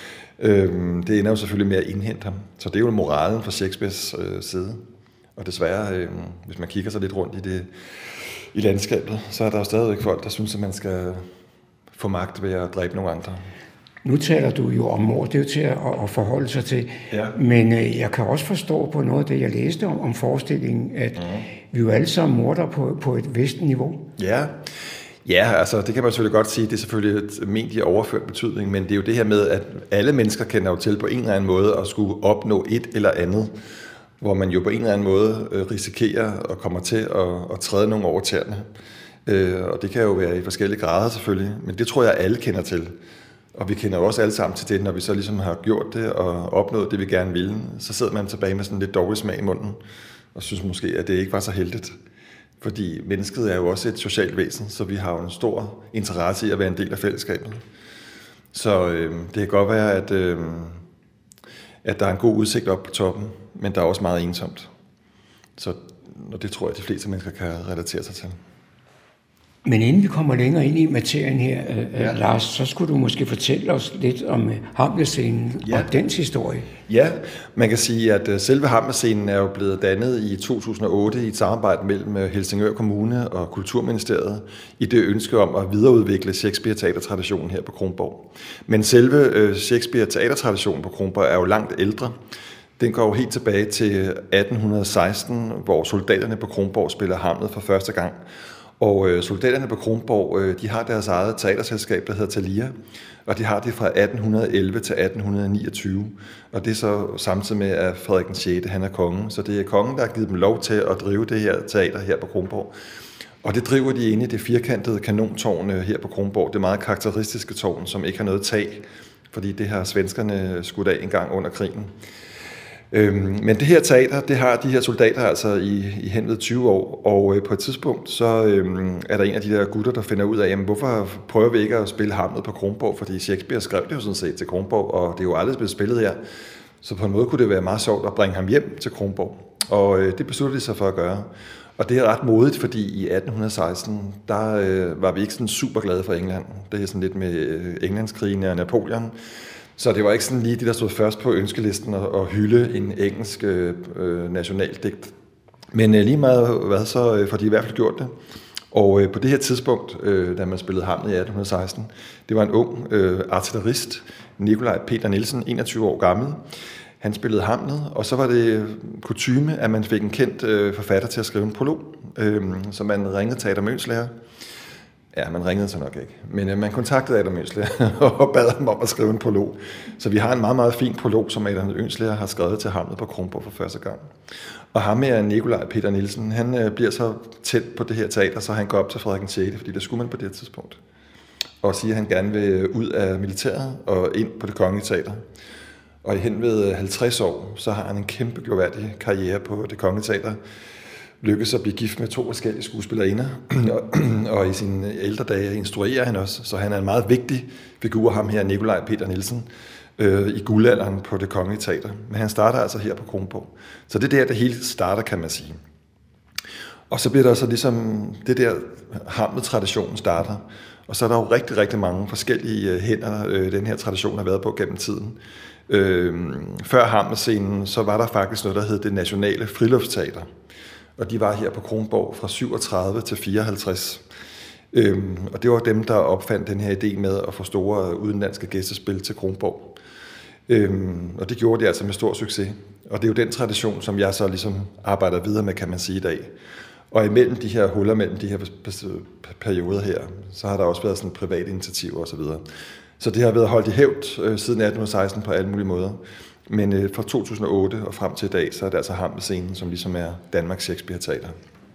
Øhm, det ender jo selvfølgelig med at indhente ham. Så det er jo moralen fra Shakespeares øh, side. Og desværre, øh, hvis man kigger sig lidt rundt i, det, i landskabet, så er der jo stadigvæk folk, der synes, at man skal få magt ved at dræbe nogle andre. Nu taler du jo om mord, det er jo til at, at forholde sig til. Ja. Men øh, jeg kan også forstå på noget af det, jeg læste om, om forestillingen, at mm. vi jo alle sammen morder på, på et vist niveau. Ja. Ja, altså det kan man selvfølgelig godt sige, det er selvfølgelig et ment i overført betydning, men det er jo det her med, at alle mennesker kender jo til på en eller anden måde at skulle opnå et eller andet, hvor man jo på en eller anden måde risikerer og kommer til at, at træde nogle over tæerne. Og det kan jo være i forskellige grader selvfølgelig, men det tror jeg alle kender til. Og vi kender jo også alle sammen til det, når vi så ligesom har gjort det og opnået det, vi gerne ville. Så sidder man tilbage med sådan lidt dårlig smag i munden, og synes måske, at det ikke var så heldigt. Fordi mennesket er jo også et socialt væsen, så vi har jo en stor interesse i at være en del af fællesskabet. Så øh, det kan godt være, at, øh, at der er en god udsigt op på toppen, men der er også meget ensomt. Så og det tror jeg, at de fleste mennesker kan relatere sig til. Men inden vi kommer længere ind i materien her, øh, ja. Lars, så skulle du måske fortælle os lidt om øh, Hamlet-scenen ja. og dens historie. Ja, man kan sige, at selve Hamlet-scenen er jo blevet dannet i to tusind og otte i et samarbejde mellem Helsingør Kommune og Kulturministeriet i det ønske om at videreudvikle Shakespeare-teatertraditionen her på Kronborg. Men selve Shakespeare-teatertraditionen på Kronborg er jo langt ældre. Den går jo helt tilbage til atten seksten, hvor soldaterne på Kronborg spiller Hamlet for første gang. Og øh, soldaterne på Kronborg, øh, de har deres eget teaterselskab, der hedder Thalia, og de har det fra atten elleve til atten niogtyve. Og det er så samtidig med, at Frederik den sjette, han er kongen. Så det er kongen, der har givet dem lov til at drive det her teater her på Kronborg. Og det driver de inde i det firkantede kanontårn her på Kronborg. Det meget karakteristiske tårn, som ikke har noget tag, fordi det har svenskerne skudt af en gang under krigen. Øhm, men det her teater, det har de her soldater altså i, i henved tyve år, og øh, på et tidspunkt, så øhm, er der en af de der gutter, der finder ud af, jamen, hvorfor prøver vi ikke at spille Hamlet på Kronborg, fordi Shakespeare skrev det jo sådan set til Kronborg, og det er jo aldrig blevet spillet her, så på en måde kunne det være meget sjovt at bringe ham hjem til Kronborg, og øh, det besluttede de sig for at gøre. Og det er ret modigt, fordi i atten seksten, der øh, var vi ikke sådan super glade for England. Det er sådan lidt med øh, Englandskrigen og Napoleon. Så det var ikke sådan lige det, der stod først på ønskelisten at hylde en engelsk øh, nationaldigt. Men øh, lige meget hvad, så øh, får de i hvert fald gjort det. Og øh, på det her tidspunkt, øh, da man spillede Hamlet i atten seksten, det var en ung øh, artillerist, Nikolaj Peter Nielsen, enogtyve år gammel. Han spillede Hamlet, og så var det kutyme, at man fik en kendt øh, forfatter til at skrive en prolog, øh, så man ringede til Adam Oehlenschläger. Ja, man ringede så nok ikke. Men øh, man kontaktede Adam Oehlenschläger og bad ham om at skrive en prolog. Så vi har en meget, meget fin prolog, som Adam Oehlenschläger har skrevet til Hamlet på Kronborg for første gang. Og ham med Nikolaj Peter Nielsen, han øh, bliver så tæt på det her teater, så han går op til Frederik den sjette, fordi det skulle man på det her tidspunkt. Og siger, at han gerne vil ud af militæret og ind på Det Kongelige Teater. Og i hen ved halvtreds år, så har han en kæmpe glorværdig karriere på Det Kongelige Teater. Lykkes at blive gift med to forskellige skuespillerinder, og i sine ældre dage instruerer han også, så han er en meget vigtig figur, ham her, Nikolaj Peter Nielsen, øh, i guldalderen på Det Kongelige Teater. Men han starter altså her på Kronborg. Så det er der, det hele starter, kan man sige. Og så bliver der så ligesom, det der Hamlet-traditionen starter, og så er der jo rigtig, rigtig mange forskellige hænder, øh, den her tradition har været på gennem tiden. Øh, før Hamlet-scenen, så var der faktisk noget, der hed Det Nationale Friluftsteater. Og de var her på Kronborg fra syvogtredive til fireoghalvtreds. Øhm, og det var dem, der opfandt den her idé med at få store udenlandske gæstespil til Kronborg. Øhm, og det gjorde de altså med stor succes. Og det er jo den tradition, som jeg så ligesom arbejder videre med, kan man sige i dag. Og imellem de her huller, mellem de her perioder her, så har der også været sådan private initiativer osv. Så, så det har været holdt i hævd øh, siden atten seksten på alle mulige måder. Men øh, fra to tusind og otte og frem til i dag, så er det altså Hamlet-scenen, som ligesom er Danmarks Shakespeare-teater.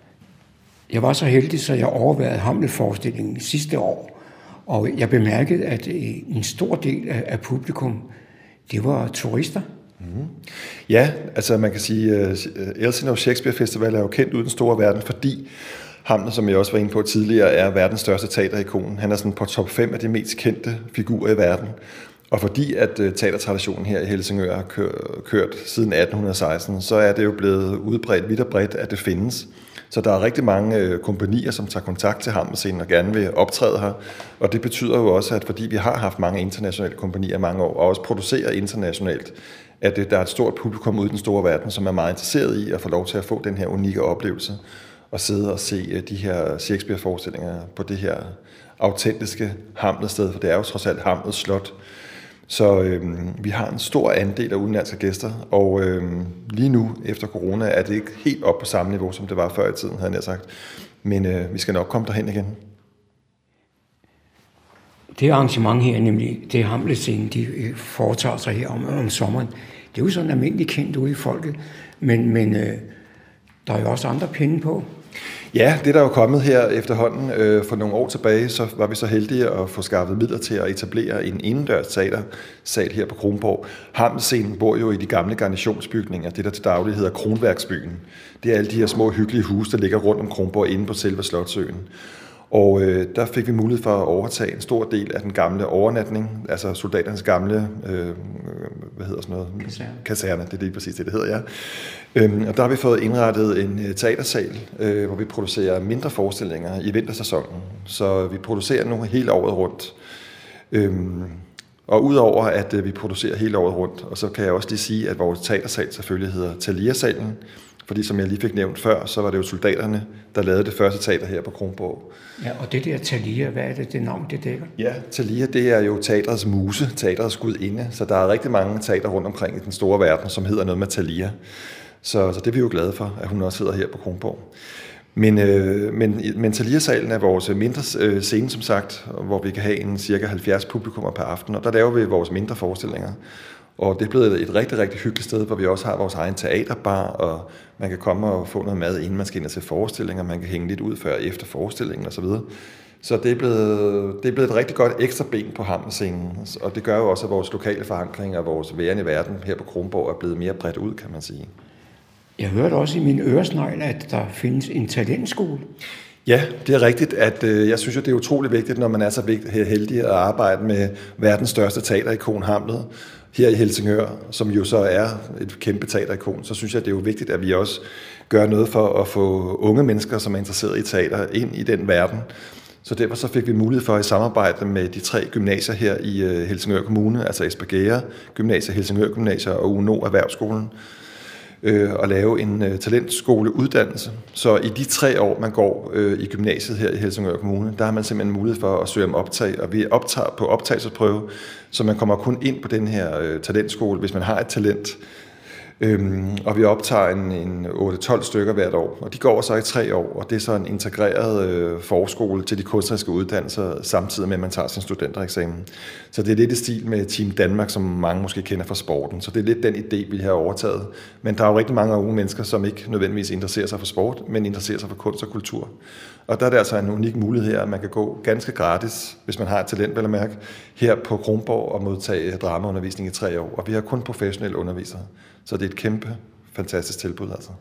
Jeg var så heldig, så jeg overværede Hamlet-forestillingen sidste år, og jeg bemærkede, at en stor del af publikum, det var turister. Mm-hmm. Ja, altså man kan sige, at Elsinore Shakespeare Festival er jo kendt uden den store verden, fordi Hamlet, som jeg også var inde på tidligere, er verdens største teaterikon. Han er sådan på top fem af de mest kendte figurer i verden. Og fordi at teatertraditionen her i Helsingør har kørt siden atten seksten, så er det jo blevet udbredt vidt og bredt, at det findes. Så der er rigtig mange kompagnier, som tager kontakt til Hamlet-scenen og gerne vil optræde her. Og det betyder jo også, at fordi vi har haft mange internationale kompagnier i mange år, og også producerer internationalt, at der er et stort publikum ude i den store verden, som er meget interesseret i at få lov til at få den her unikke oplevelse og sidde og se de her Shakespeare-forestillinger på det her autentiske Hamlet-sted, for det er jo trods alt Hamlets slot. Så øh, vi har en stor andel af udenlandske gæster, og øh, lige nu, efter corona, er det ikke helt op på samme niveau, som det var før i tiden, havde jeg sagt. Men øh, vi skal nok komme derhen igen. Det arrangement her, nemlig det Hamlet-scenen, de foretager sig her om, om sommeren, det er jo sådan almindeligt kendt ude i folket, men, men øh, der er jo også andre pinde på. Ja, det der er jo kommet her efterhånden øh, for nogle år tilbage, så var vi så heldige at få skaffet midler til at etablere en indendørs teatersal her på Kronborg. Hamlet-scenen bor jo i de gamle garnisonsbygninger, det der til daglig hedder Kronværksbyen. Det er alle de her små hyggelige huse, der ligger rundt om Kronborg inde på selve Slotsøen. Og øh, der fik vi mulighed for at overtage en stor del af den gamle overnatning, altså soldaternes gamle, øh, hvad hedder sådan noget? Kaserne. Kaserne, det er lige præcis det, det hedder, ja. Øhm, og der har vi fået indrettet en øh, teatersal, øh, hvor vi producerer mindre forestillinger i vintersæsonen. Så vi producerer nu hele året rundt. Øhm, og udover at øh, vi producerer hele året rundt, og så kan jeg også lige sige, at vores teatersal selvfølgelig hedder Thalia-salen, fordi som jeg lige fik nævnt før, så var det jo soldaterne, der lavede det første teater her på Kronborg. Ja, og det der Thalia, hvad er det, det navn, det dækker? Ja, Thalia, det er jo teatrets muse, teatrets gudinde, så der er rigtig mange teater rundt omkring i den store verden, som hedder noget med Thalia. Så, så det er vi jo glade for, at hun også sidder her på Kronborg. Men, øh, men, men Thalia-salen er vores mindre øh, scene, som sagt, hvor vi kan have en cirka halvfjerds publikummer per aften, og der laver vi vores mindre forestillinger. Og det er blevet et rigtig, rigtig hyggeligt sted, hvor vi også har vores egen teaterbar, og man kan komme og få noget mad, inden man skal ind og se forestillinger. Man kan hænge lidt ud før og efter forestillingen osv. Så det er, blevet, det er blevet et rigtig godt ekstra ben på Hammerscenen, og det gør jo også, at vores lokale forankring og vores væren i verden her på Kronborg er blevet mere bredt ud, kan man sige. Jeg hørte også i min øresnegl, at der findes en talentskole. Ja, det er rigtigt, at øh, jeg synes, at det er utrolig vigtigt, når man er så heldig at arbejde med verdens største teaterikon, Hamlet, her i Helsingør, som jo så er et kæmpe teaterikon, så synes jeg, det er jo vigtigt, at vi også gør noget for at få unge mennesker, som er interesseret i teater, ind i den verden. Så derfor så fik vi mulighed for i samarbejde med de tre gymnasier her i øh, Helsingør Kommune, altså Espergære Gymnasier, Helsingør Gymnasier og U N O Erhvervsskolen, øh, at lave en øh, talentskoleuddannelse. Så i de tre år, man går øh, i gymnasiet her i Helsingør Kommune, der har man simpelthen mulighed for at søge om optag, og vi optager på optagelsesprøve, så man kommer kun ind på den her øh, talentskole, hvis man har et talent. Øhm, og vi optager en, en otte til tolv stykker hvert år, og de går så i tre år, og det er så en integreret øh, forskole til de kunstneriske uddannelser, samtidig med, at man tager sin studentereksamen. Så det er lidt i stil med Team Danmark, som mange måske kender fra sporten, så det er lidt den idé, vi har overtaget. Men der er jo rigtig mange unge mennesker, som ikke nødvendigvis interesserer sig for sport, men interesserer sig for kunst og kultur. Og der er det altså en unik mulighed her, at man kan gå ganske gratis, hvis man har et talent, vel at mærke, her på Kronborg og modtage dramaundervisning i tre år. Og vi har kun professionelle undervisere. Så det er et kæmpe, fantastisk tilbud, altså.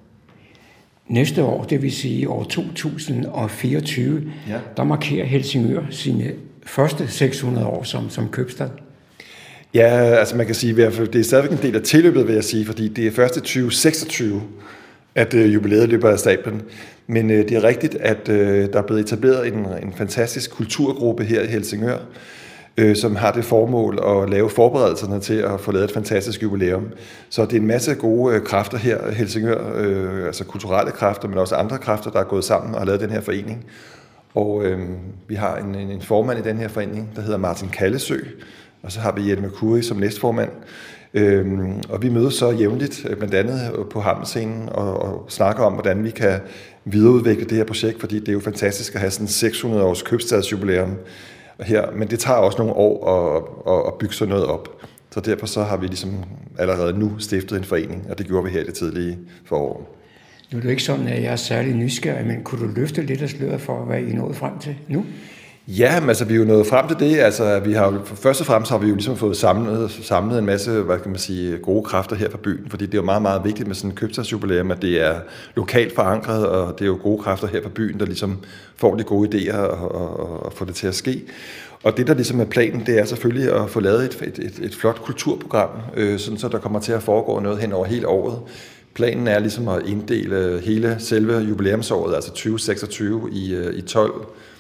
Næste år, det vil sige år to tusind fireogtyve, ja. Der markerer Helsingør sine første seks hundrede år som, som købstad. Ja, altså man kan sige, at det er stadigvæk en del af tilløbet, vil jeg sige, fordi det er først i tyve seksogtyve, at øh, jubilæet løber af stablen. Men øh, det er rigtigt, at øh, der er blevet etableret en, en fantastisk kulturgruppe her i Helsingør, øh, som har det formål at lave forberedelserne til at få lavet et fantastisk jubilæum. Så det er en masse gode øh, kræfter her i Helsingør, øh, altså kulturelle kræfter, men også andre kræfter, der er gået sammen og har lavet den her forening. Og øh, vi har en, en, en formand i den her forening, der hedder Martin Kallesø, og så har vi Jette Mercuri som næstformand. Øhm, og vi mødes så jævnligt, blandt andet på Hammerscenen, og, og snakker om, hvordan vi kan videreudvikle det her projekt, fordi det er jo fantastisk at have sådan seks hundrede års købstadsjubilæum her, men det tager også nogle år at, at, at bygge sådan noget op. Så derfor så har vi ligesom allerede nu stiftet en forening, og det gjorde vi her i det tidlige forår. Nu er det ikke sådan, at jeg er særlig nysgerrig, men kunne du løfte lidt af sløret for, hvad I er nået frem til nu? Ja, men altså vi er jo nået frem til det. Altså vi har først og fremmest har vi jo ligesom fået samlet, samlet en masse, hvad kan man sige, gode kræfter her fra byen, fordi det er jo meget, meget vigtigt med sådan en købstadsjubilæum, at det er lokalt forankret, og det er jo gode kræfter her fra byen, der ligesom får de gode idéer og, og, og får det til at ske. Og det, der ligesom er planen, det er selvfølgelig at få lavet et, et, et, et flot kulturprogram, øh, sådan så der kommer til at foregå noget hen over hele året. Planen er ligesom at inddele hele selve jubilæumsåret, altså tyve seksogtyve, i, i tolv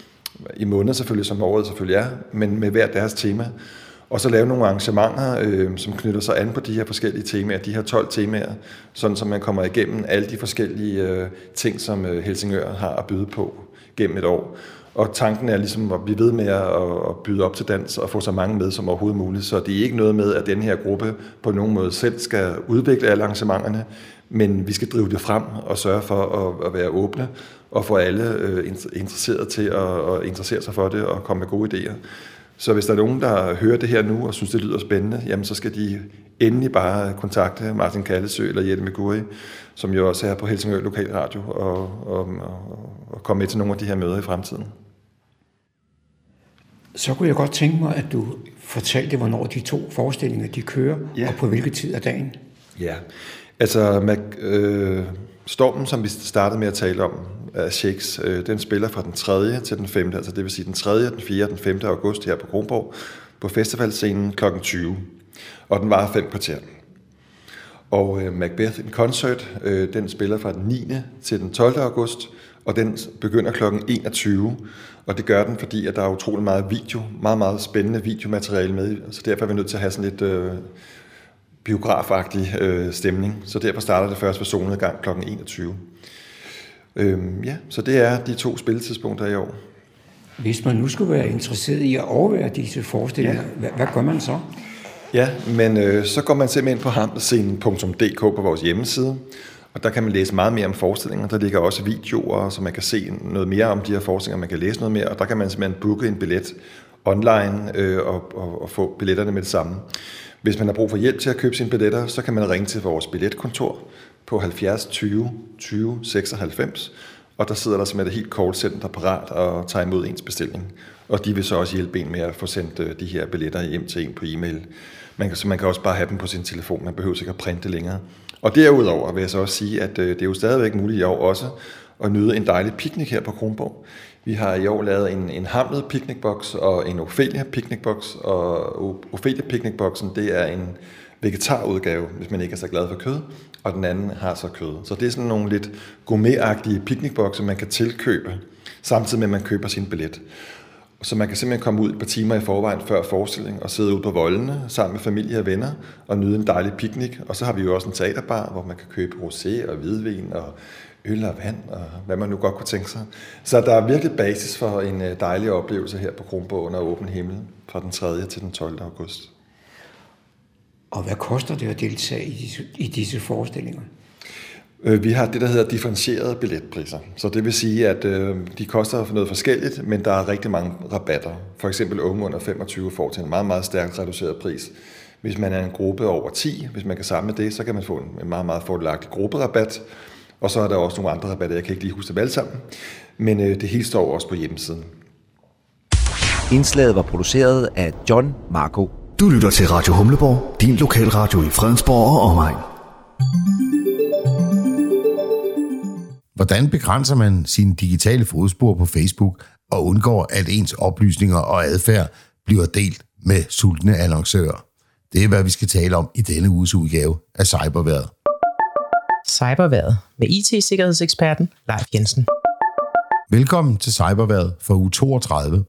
i måneder selvfølgelig, som året selvfølgelig er, men med hver deres tema. Og så lave nogle arrangementer, øh, som knytter sig an på de her forskellige temaer, de her tolv temaer, sådan så man kommer igennem alle de forskellige øh, ting, som øh, Helsingør har at byde på gennem et år. Og tanken er ligesom at blive ved med at, at byde op til dans og få så mange med som overhovedet muligt. Så det er ikke noget med, at den her gruppe på nogen måde selv skal udvikle alle arrangementerne, men vi skal drive det frem og sørge for at, at være åbne og få alle øh, interesseret til at, at interessere sig for det og komme med gode idéer. Så hvis der er nogen, der hører det her nu og synes, det lyder spændende, jamen så skal de endelig bare kontakte Martin Kallesø eller Jette Mercuri, som jo også er på Helsingør Lokalradio, og, og, og, og komme med til nogle af de her møder i fremtiden. Så kunne jeg godt tænke mig, at du fortalte, hvornår de to forestillinger de kører, ja. Og på hvilken tid af dagen. Ja, altså med, øh, Stormen, som vi startede med at tale om, af Shakes, øh, den spiller fra den tredje til den femte, altså det vil sige den tredje, den fjerde og den femte august her på Kronborg, på festivalscenen klokken tyve. Og den varer fem kvarter. Og øh, Macbeth in Concert, øh, den spiller fra den niende til den tolvte august, og den begynder klokken enogtyve. Og det gør den, fordi at der er utrolig meget video, meget, meget spændende videomateriale med, så derfor er vi nødt til at have sådan lidt øh, biografagtig øh, stemning. Så derfor starter det først ved solnedgang klokken enogtyve. Øhm, ja, så det er de to spilletidspunkter i år. Hvis man nu skulle være interesseret i at overvære disse forestillinger, ja. hvad, hvad gør man så? Ja, men øh, så går man simpelthen på hamlescenen punktum d k på vores hjemmeside, og der kan man læse meget mere om forestillinger. Der ligger også videoer, så man kan se noget mere om de her forestillinger, man kan læse noget mere, og der kan man simpelthen booke en billet online øh, og, og, og få billetterne med det samme. Hvis man har brug for hjælp til at købe sine billetter, så kan man ringe til vores billetkontor på halvfjerds tyve tyve seksoghalvfems, og der sidder der simpelthen et helt callcenter parat og tager imod ens bestilling. Og de vil så også hjælpe en med at få sendt de her billetter hjem til en på e-mail. Man kan, så man kan også bare have dem på sin telefon, man behøver ikke at printe længere. Og derudover vil jeg så også sige, at det er jo stadigvæk muligt i år også at nyde en dejlig picnic her på Kronborg. Vi har i år lavet en, en Hamlet picnicbox og en Ophelia picnicbox, og Ophelia picnicboxen, det er en vegetarudgave, hvis man ikke er så glad for kød, og den anden har så kød. Så det er sådan nogle lidt gourmetagtige picnicboxer, man kan tilkøbe, samtidig med at man køber sin billet. Så man kan simpelthen komme ud et par timer i forvejen før forestilling og sidde ude på voldene sammen med familie og venner og nyde en dejlig picnic. Og så har vi jo også en teaterbar, hvor man kan købe rosé og hvidvin og øl og vand og hvad man nu godt kunne tænke sig. Så der er virkelig basis for en dejlig oplevelse her på Kronborg under åben himmel fra den tredje til den tolvte august. Og hvad koster det at deltage i disse, i disse forestillinger? Vi har det, der hedder differentierede billetpriser. Så det vil sige, at øh, de koster noget forskelligt, men der er rigtig mange rabatter. For eksempel unge under femogtyve får til en meget, meget stærkt reduceret pris. Hvis man er en gruppe over ti, hvis man kan samle det, så kan man få en meget, meget fordelagtig grupperabat. Og så er der også nogle andre rabatter, jeg kan ikke lige huske dem alle sammen. Men øh, det hele står også på hjemmesiden. Indslaget var produceret af John Marco. Du lytter til Radio Humleborg, din lokalradio i Fredensborg og omegn. Hvordan begrænser man sine digitale fodspor på Facebook og undgår, at ens oplysninger og adfærd bliver delt med sultne annoncører? Det er, hvad vi skal tale om i denne uges udgave af Cyberværet. Cyberværet med I T-sikkerhedseksperten Leif Jensen. Velkommen til Cyberværet for uge toogtredive.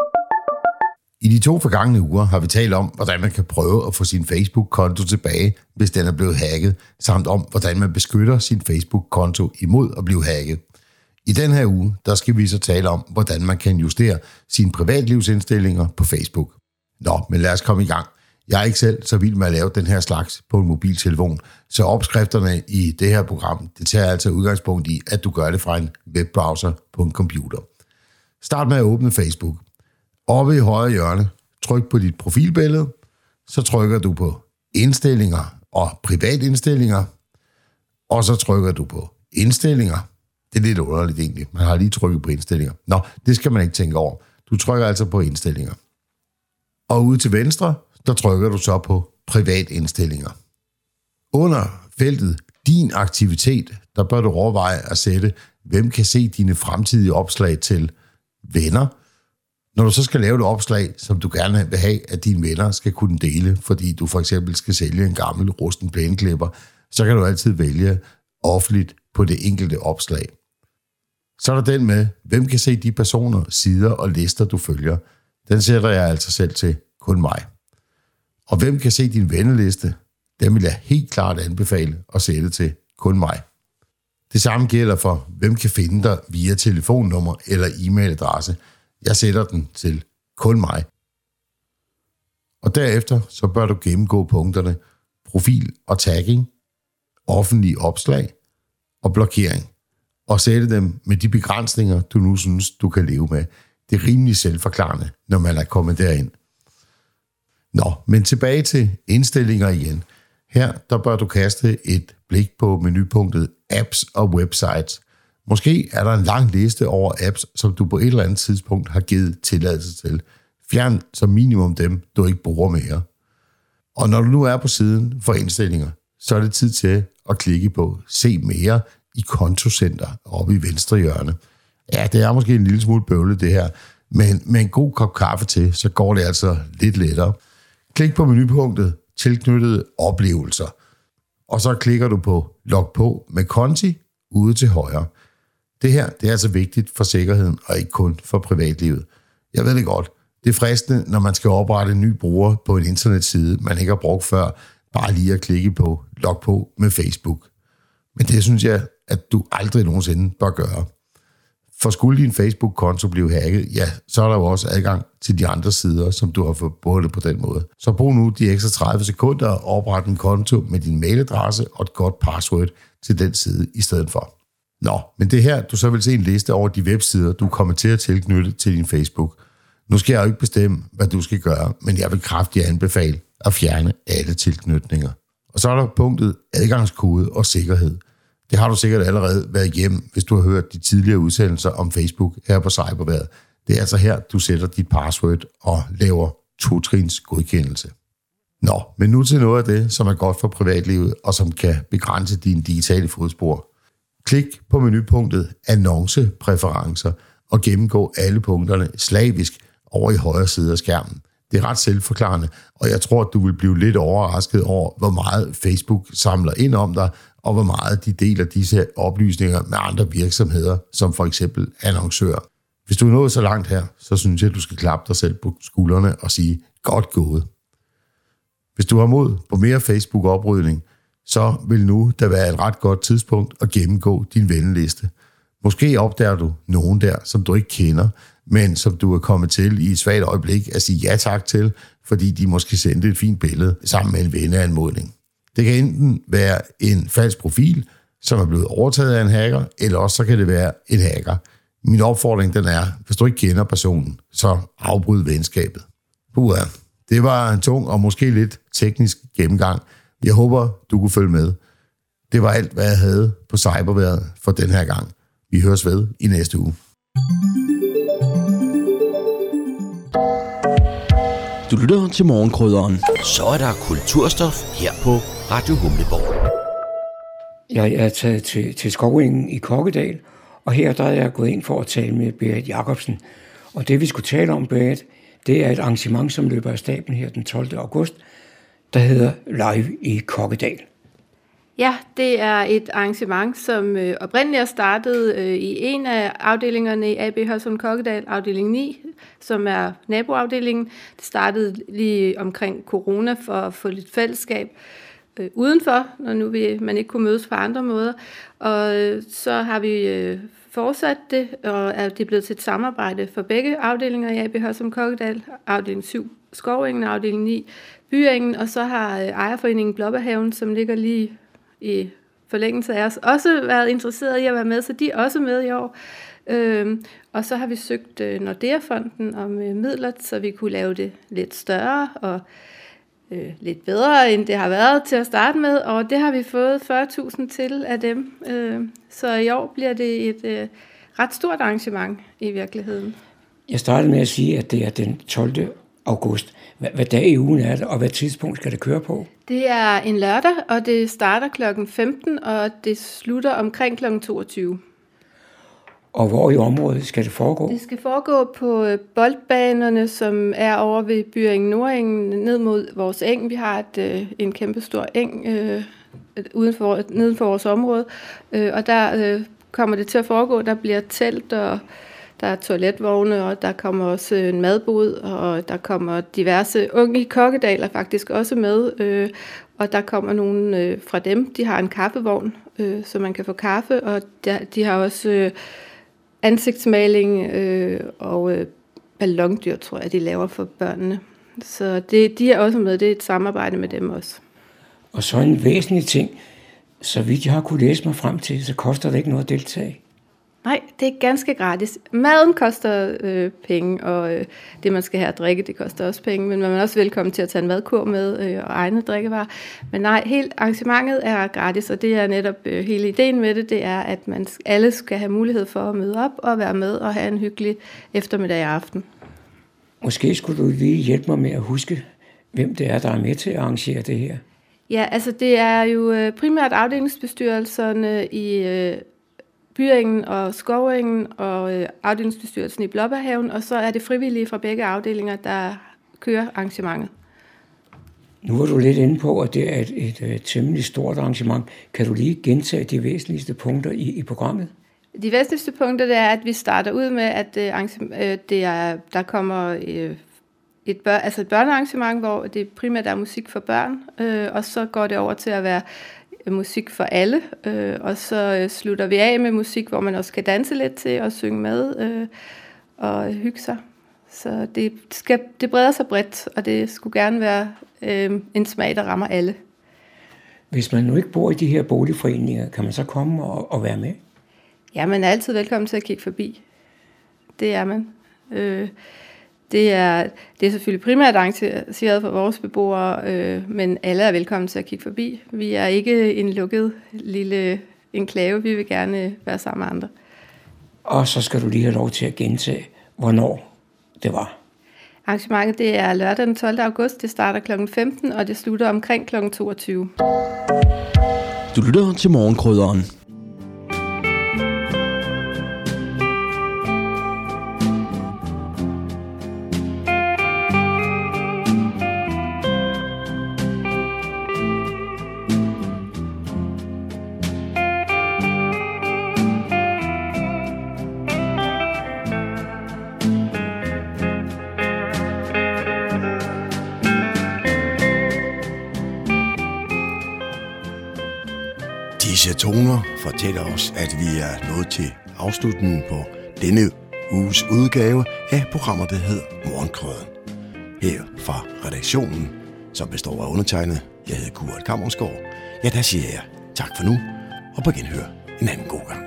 I de to forgangne uger har vi talt om, hvordan man kan prøve at få sin Facebook-konto tilbage, hvis den er blevet hacket, samt om, hvordan man beskytter sin Facebook-konto imod at blive hacket. I den her uge, der skal vi så tale om, hvordan man kan justere sine privatlivsindstillinger på Facebook. Nå, men lad os komme i gang. Jeg er ikke selv så vild med at lave den her slags på en mobiltelefon, så opskrifterne i det her program, det tager altså udgangspunkt i, at du gør det fra en webbrowser på en computer. Start med at åbne Facebook. Oppe i højre hjørne, tryk på dit profilbillede, så trykker du på indstillinger og privatindstillinger, og så trykker du på indstillinger. Det er lidt underligt egentlig, man har lige trykket på indstillinger. Nå, det skal man ikke tænke over. Du trykker altså på indstillinger. Og ude til venstre, der trykker du så på privatindstillinger. Under feltet din aktivitet, der bør du overveje at sætte, hvem kan se dine fremtidige opslag til venner. Når du så skal lave et opslag, som du gerne vil have, at dine venner skal kunne dele, fordi du for eksempel skal sælge en gammel rusten plæneklipper, så kan du altid vælge offentligt på det enkelte opslag. Så er der den med, hvem kan se de personer, sider og lister, du følger. Den sætter jeg altså selv til kun mig. Og hvem kan se din venneliste? Den vil jeg helt klart anbefale at sætte til kun mig. Det samme gælder for, hvem kan finde dig via telefonnummer eller e-mailadresse. Jeg sætter den til kun mig. Og derefter så bør du gennemgå punkterne profil og tagging, offentlige opslag og blokering, og sætte dem med de begrænsninger, du nu synes, du kan leve med. Det er rimelig selvforklarende, når man er kommet derind. Nå, men tilbage til indstillinger igen. Her der bør du kaste et blik på menupunktet Apps og Websites. Måske er der en lang liste over apps, som du på et eller andet tidspunkt har givet tilladelse til. Fjern som minimum dem, du ikke bruger mere. Og når du nu er på siden for indstillinger, så er det tid til at klikke på Se mere i kontocenter oppe i venstre hjørne. Ja, det er måske en lille smule bøvlet det her, men med en god kop kaffe til, så går det altså lidt lettere. Klik på menupunktet tilknyttede oplevelser, og så klikker du på log på med konti ude til højre. Det her, det er altså vigtigt for sikkerheden, og ikke kun for privatlivet. Jeg ved det godt. Det er fristende, når man skal oprette en ny bruger på en internetside, man ikke har brugt før, bare lige at klikke på log på med Facebook. Men det synes jeg, at du aldrig nogensinde bør gøre. For skulle din Facebook-konto blive hacket, ja, så er der jo også adgang til de andre sider, som du har forbundet på den måde. Så brug nu de ekstra tredive sekunder og opret en konto med din mailadresse og et godt password til den side i stedet for. Nå, men det her, du så vil se en liste over de websider, du kommer til at tilknytte til din Facebook. Nu skal jeg jo ikke bestemme, hvad du skal gøre, men jeg vil kraftigt anbefale at fjerne alle tilknytninger. Og så er der punktet adgangskode og sikkerhed. Det har du sikkert allerede været igennem, hvis du har hørt de tidligere udsendelser om Facebook her på Cyberværet. Det er altså her, du sætter dit password og laver to-trins godkendelse. Nå, men nu til noget af det, som er godt for privatlivet og som kan begrænse dine digitale fodspor. Klik på menupunktet annoncepræferencer og gennemgå alle punkterne slavisk over i højre side af skærmen. Det er ret selvforklarende, og jeg tror, at du vil blive lidt overrasket over, hvor meget Facebook samler ind om dig, og hvor meget de deler disse oplysninger med andre virksomheder, som for eksempel annoncører. Hvis du er nået så langt her, så synes jeg, at du skal klappe dig selv på skuldrene og sige, godt gået. Hvis du har mod på mere Facebook-oprydning, så vil nu der være et ret godt tidspunkt at gennemgå din venneliste. Måske opdager du nogen der, som du ikke kender, men som du er kommet til i et svagt øjeblik at sige ja tak til, fordi de måske sendte et fint billede sammen med en venneanmodning. Det kan enten være en falsk profil, som er blevet overtaget af en hacker, eller også så kan det være en hacker. Min opfordring den er, hvis du ikke kender personen, så afbryd venskabet. Puha, det var en tung og måske lidt teknisk gennemgang. Jeg håber, du kunne følge med. Det var alt, hvad jeg havde på Cyberværet for den her gang. Vi høres ved i næste uge. Du lytter til Morgenkrydderen. Så er der kulturstof her på Radio Humleborg. Jeg er taget til, til Skovengen i Kokkedal, og her der er jeg gået ind for at tale med Berit Jacobsen. Og det vi skulle tale om, Berit, det er et arrangement, som løber af stablen her den tolvte august, der hedder Live i Kokkedal. Ja, det er et arrangement, som øh, oprindeligt er startet øh, i en af afdelingerne i A B Hørsholm Kokkedal, afdeling ni, som er naboafdelingen. Det startede lige omkring corona for at få lidt fællesskab øh, udenfor, når nu vi, man ikke kunne mødes på andre måder. Og øh, så har vi øh, fortsat det, og er det blevet til et samarbejde for begge afdelinger i A B Hørsholm Kokkedal, afdeling syv Skovengen og afdeling ni Byengen, og så har øh, ejerforeningen Blåbærhaven, som ligger lige i forlængelse af os, også været interesseret i at være med, så de er også med i år. Øhm, og så har vi søgt øh, Nordea-fonden om øh, midler, så vi kunne lave det lidt større og øh, lidt bedre, end det har været til at starte med, og det har vi fået fyrre tusind til af dem. Øh, så i år bliver det et øh, ret stort arrangement i virkeligheden. Jeg startede med at sige, at det er den tolvte august. Hvad, hvad dag i ugen er det, og hvad tidspunkt skal det køre på? Det er en lørdag, og det starter klokken femten, og det slutter omkring klokken toogtyve. Og hvor i området skal det foregå? Det skal foregå på boldbanerne, som er over ved Byengen Nordengen, ned mod vores eng. Vi har et, en kæmpe stor eng øh, uden for, neden for vores område, øh, og der øh, kommer det til at foregå. Der bliver telt, og der er toiletvogne, og der kommer også en madbod, og der kommer diverse unge i Kokkedal er faktisk også med, øh, og der kommer nogen øh, fra dem. De har en kaffevogn, øh, så man kan få kaffe, og der, de har også øh, ansigtsmaling øh, og øh, ballondyr, tror jeg, de laver for børnene. Så det, de er også med. Det er et samarbejde med dem også. Og så en væsentlig ting. Så vidt jeg har kunne læse mig frem til, så koster det ikke noget at deltage. Nej, det er ganske gratis. Maden koster øh, penge, og øh, det, man skal have at drikke, det koster også penge. Men man er også velkommen til at tage en madkur med øh, og egne drikkevarer. Men nej, helt arrangementet er gratis, og det er netop øh, hele ideen med det, det er, at man alle skal have mulighed for at møde op og være med og have en hyggelig eftermiddag og aften. Måske skulle du lige hjælpe mig med at huske, hvem det er, der er med til at arrangere det her. Ja, altså det er jo primært afdelingsbestyrelserne i øh, Byengen og Skovengen og øh, afdelingsbestyrelsen i Blåbærhaven, og så er det frivillige fra begge afdelinger, der kører arrangementet. Nu var du lidt inde på, at det er et, et, et temmelig stort arrangement. Kan du lige gentage de væsentligste punkter i, i programmet? De væsentligste punkter det er, at vi starter ud med, at øh, det er, der kommer øh, et, bør, altså et børnearrangement, hvor det primært er musik for børn, øh, og så går det over til at være musik for alle, øh, og så øh, slutter vi af med musik, hvor man også kan danse lidt til og synge med øh, og hygge sig. Så det, skal, det breder sig bredt, og det skulle gerne være øh, en smag, der rammer alle. Hvis man nu ikke bor i de her boligforeninger, kan man så komme og, og være med? Ja, man er altid velkommen til at kigge forbi. Det er man. Øh, det, er, det er selvfølgelig primært arrangeret for vores beboere, øh, men alle er velkommen til at kigge forbi. Vi er ikke en lukket lille enklave. Vi vil gerne være sammen med andre. Og så skal du lige have lov til at gentage, hvornår det var. Arrangementet det er lørdag den tolvte august. Det starter klokken femten, og det slutter omkring klokken toogtyve. Du lytter til Morgenkrydderen. Disse toner fortæller os, at vi er nået til afslutningen på denne uges udgave af programmet, der hedder Morgenkrydderen. Her fra redaktionen, som består af undertegnet, jeg hedder Kurt Kammersgaard. Ja, der siger jeg tak for nu, og på genhør en anden god gang.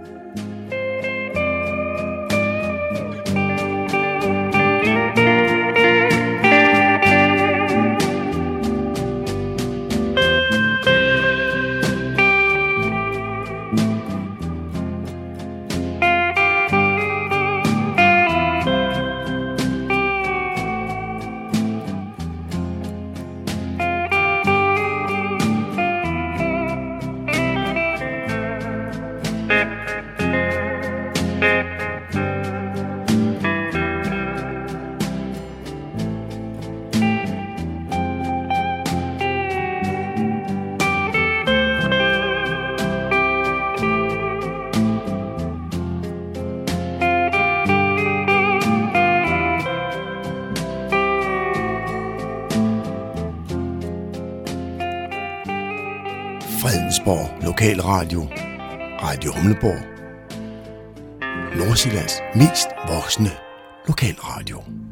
Fredensborg Lokalradio, Radio Humleborg, Nordsjællands mest voksne lokalradio.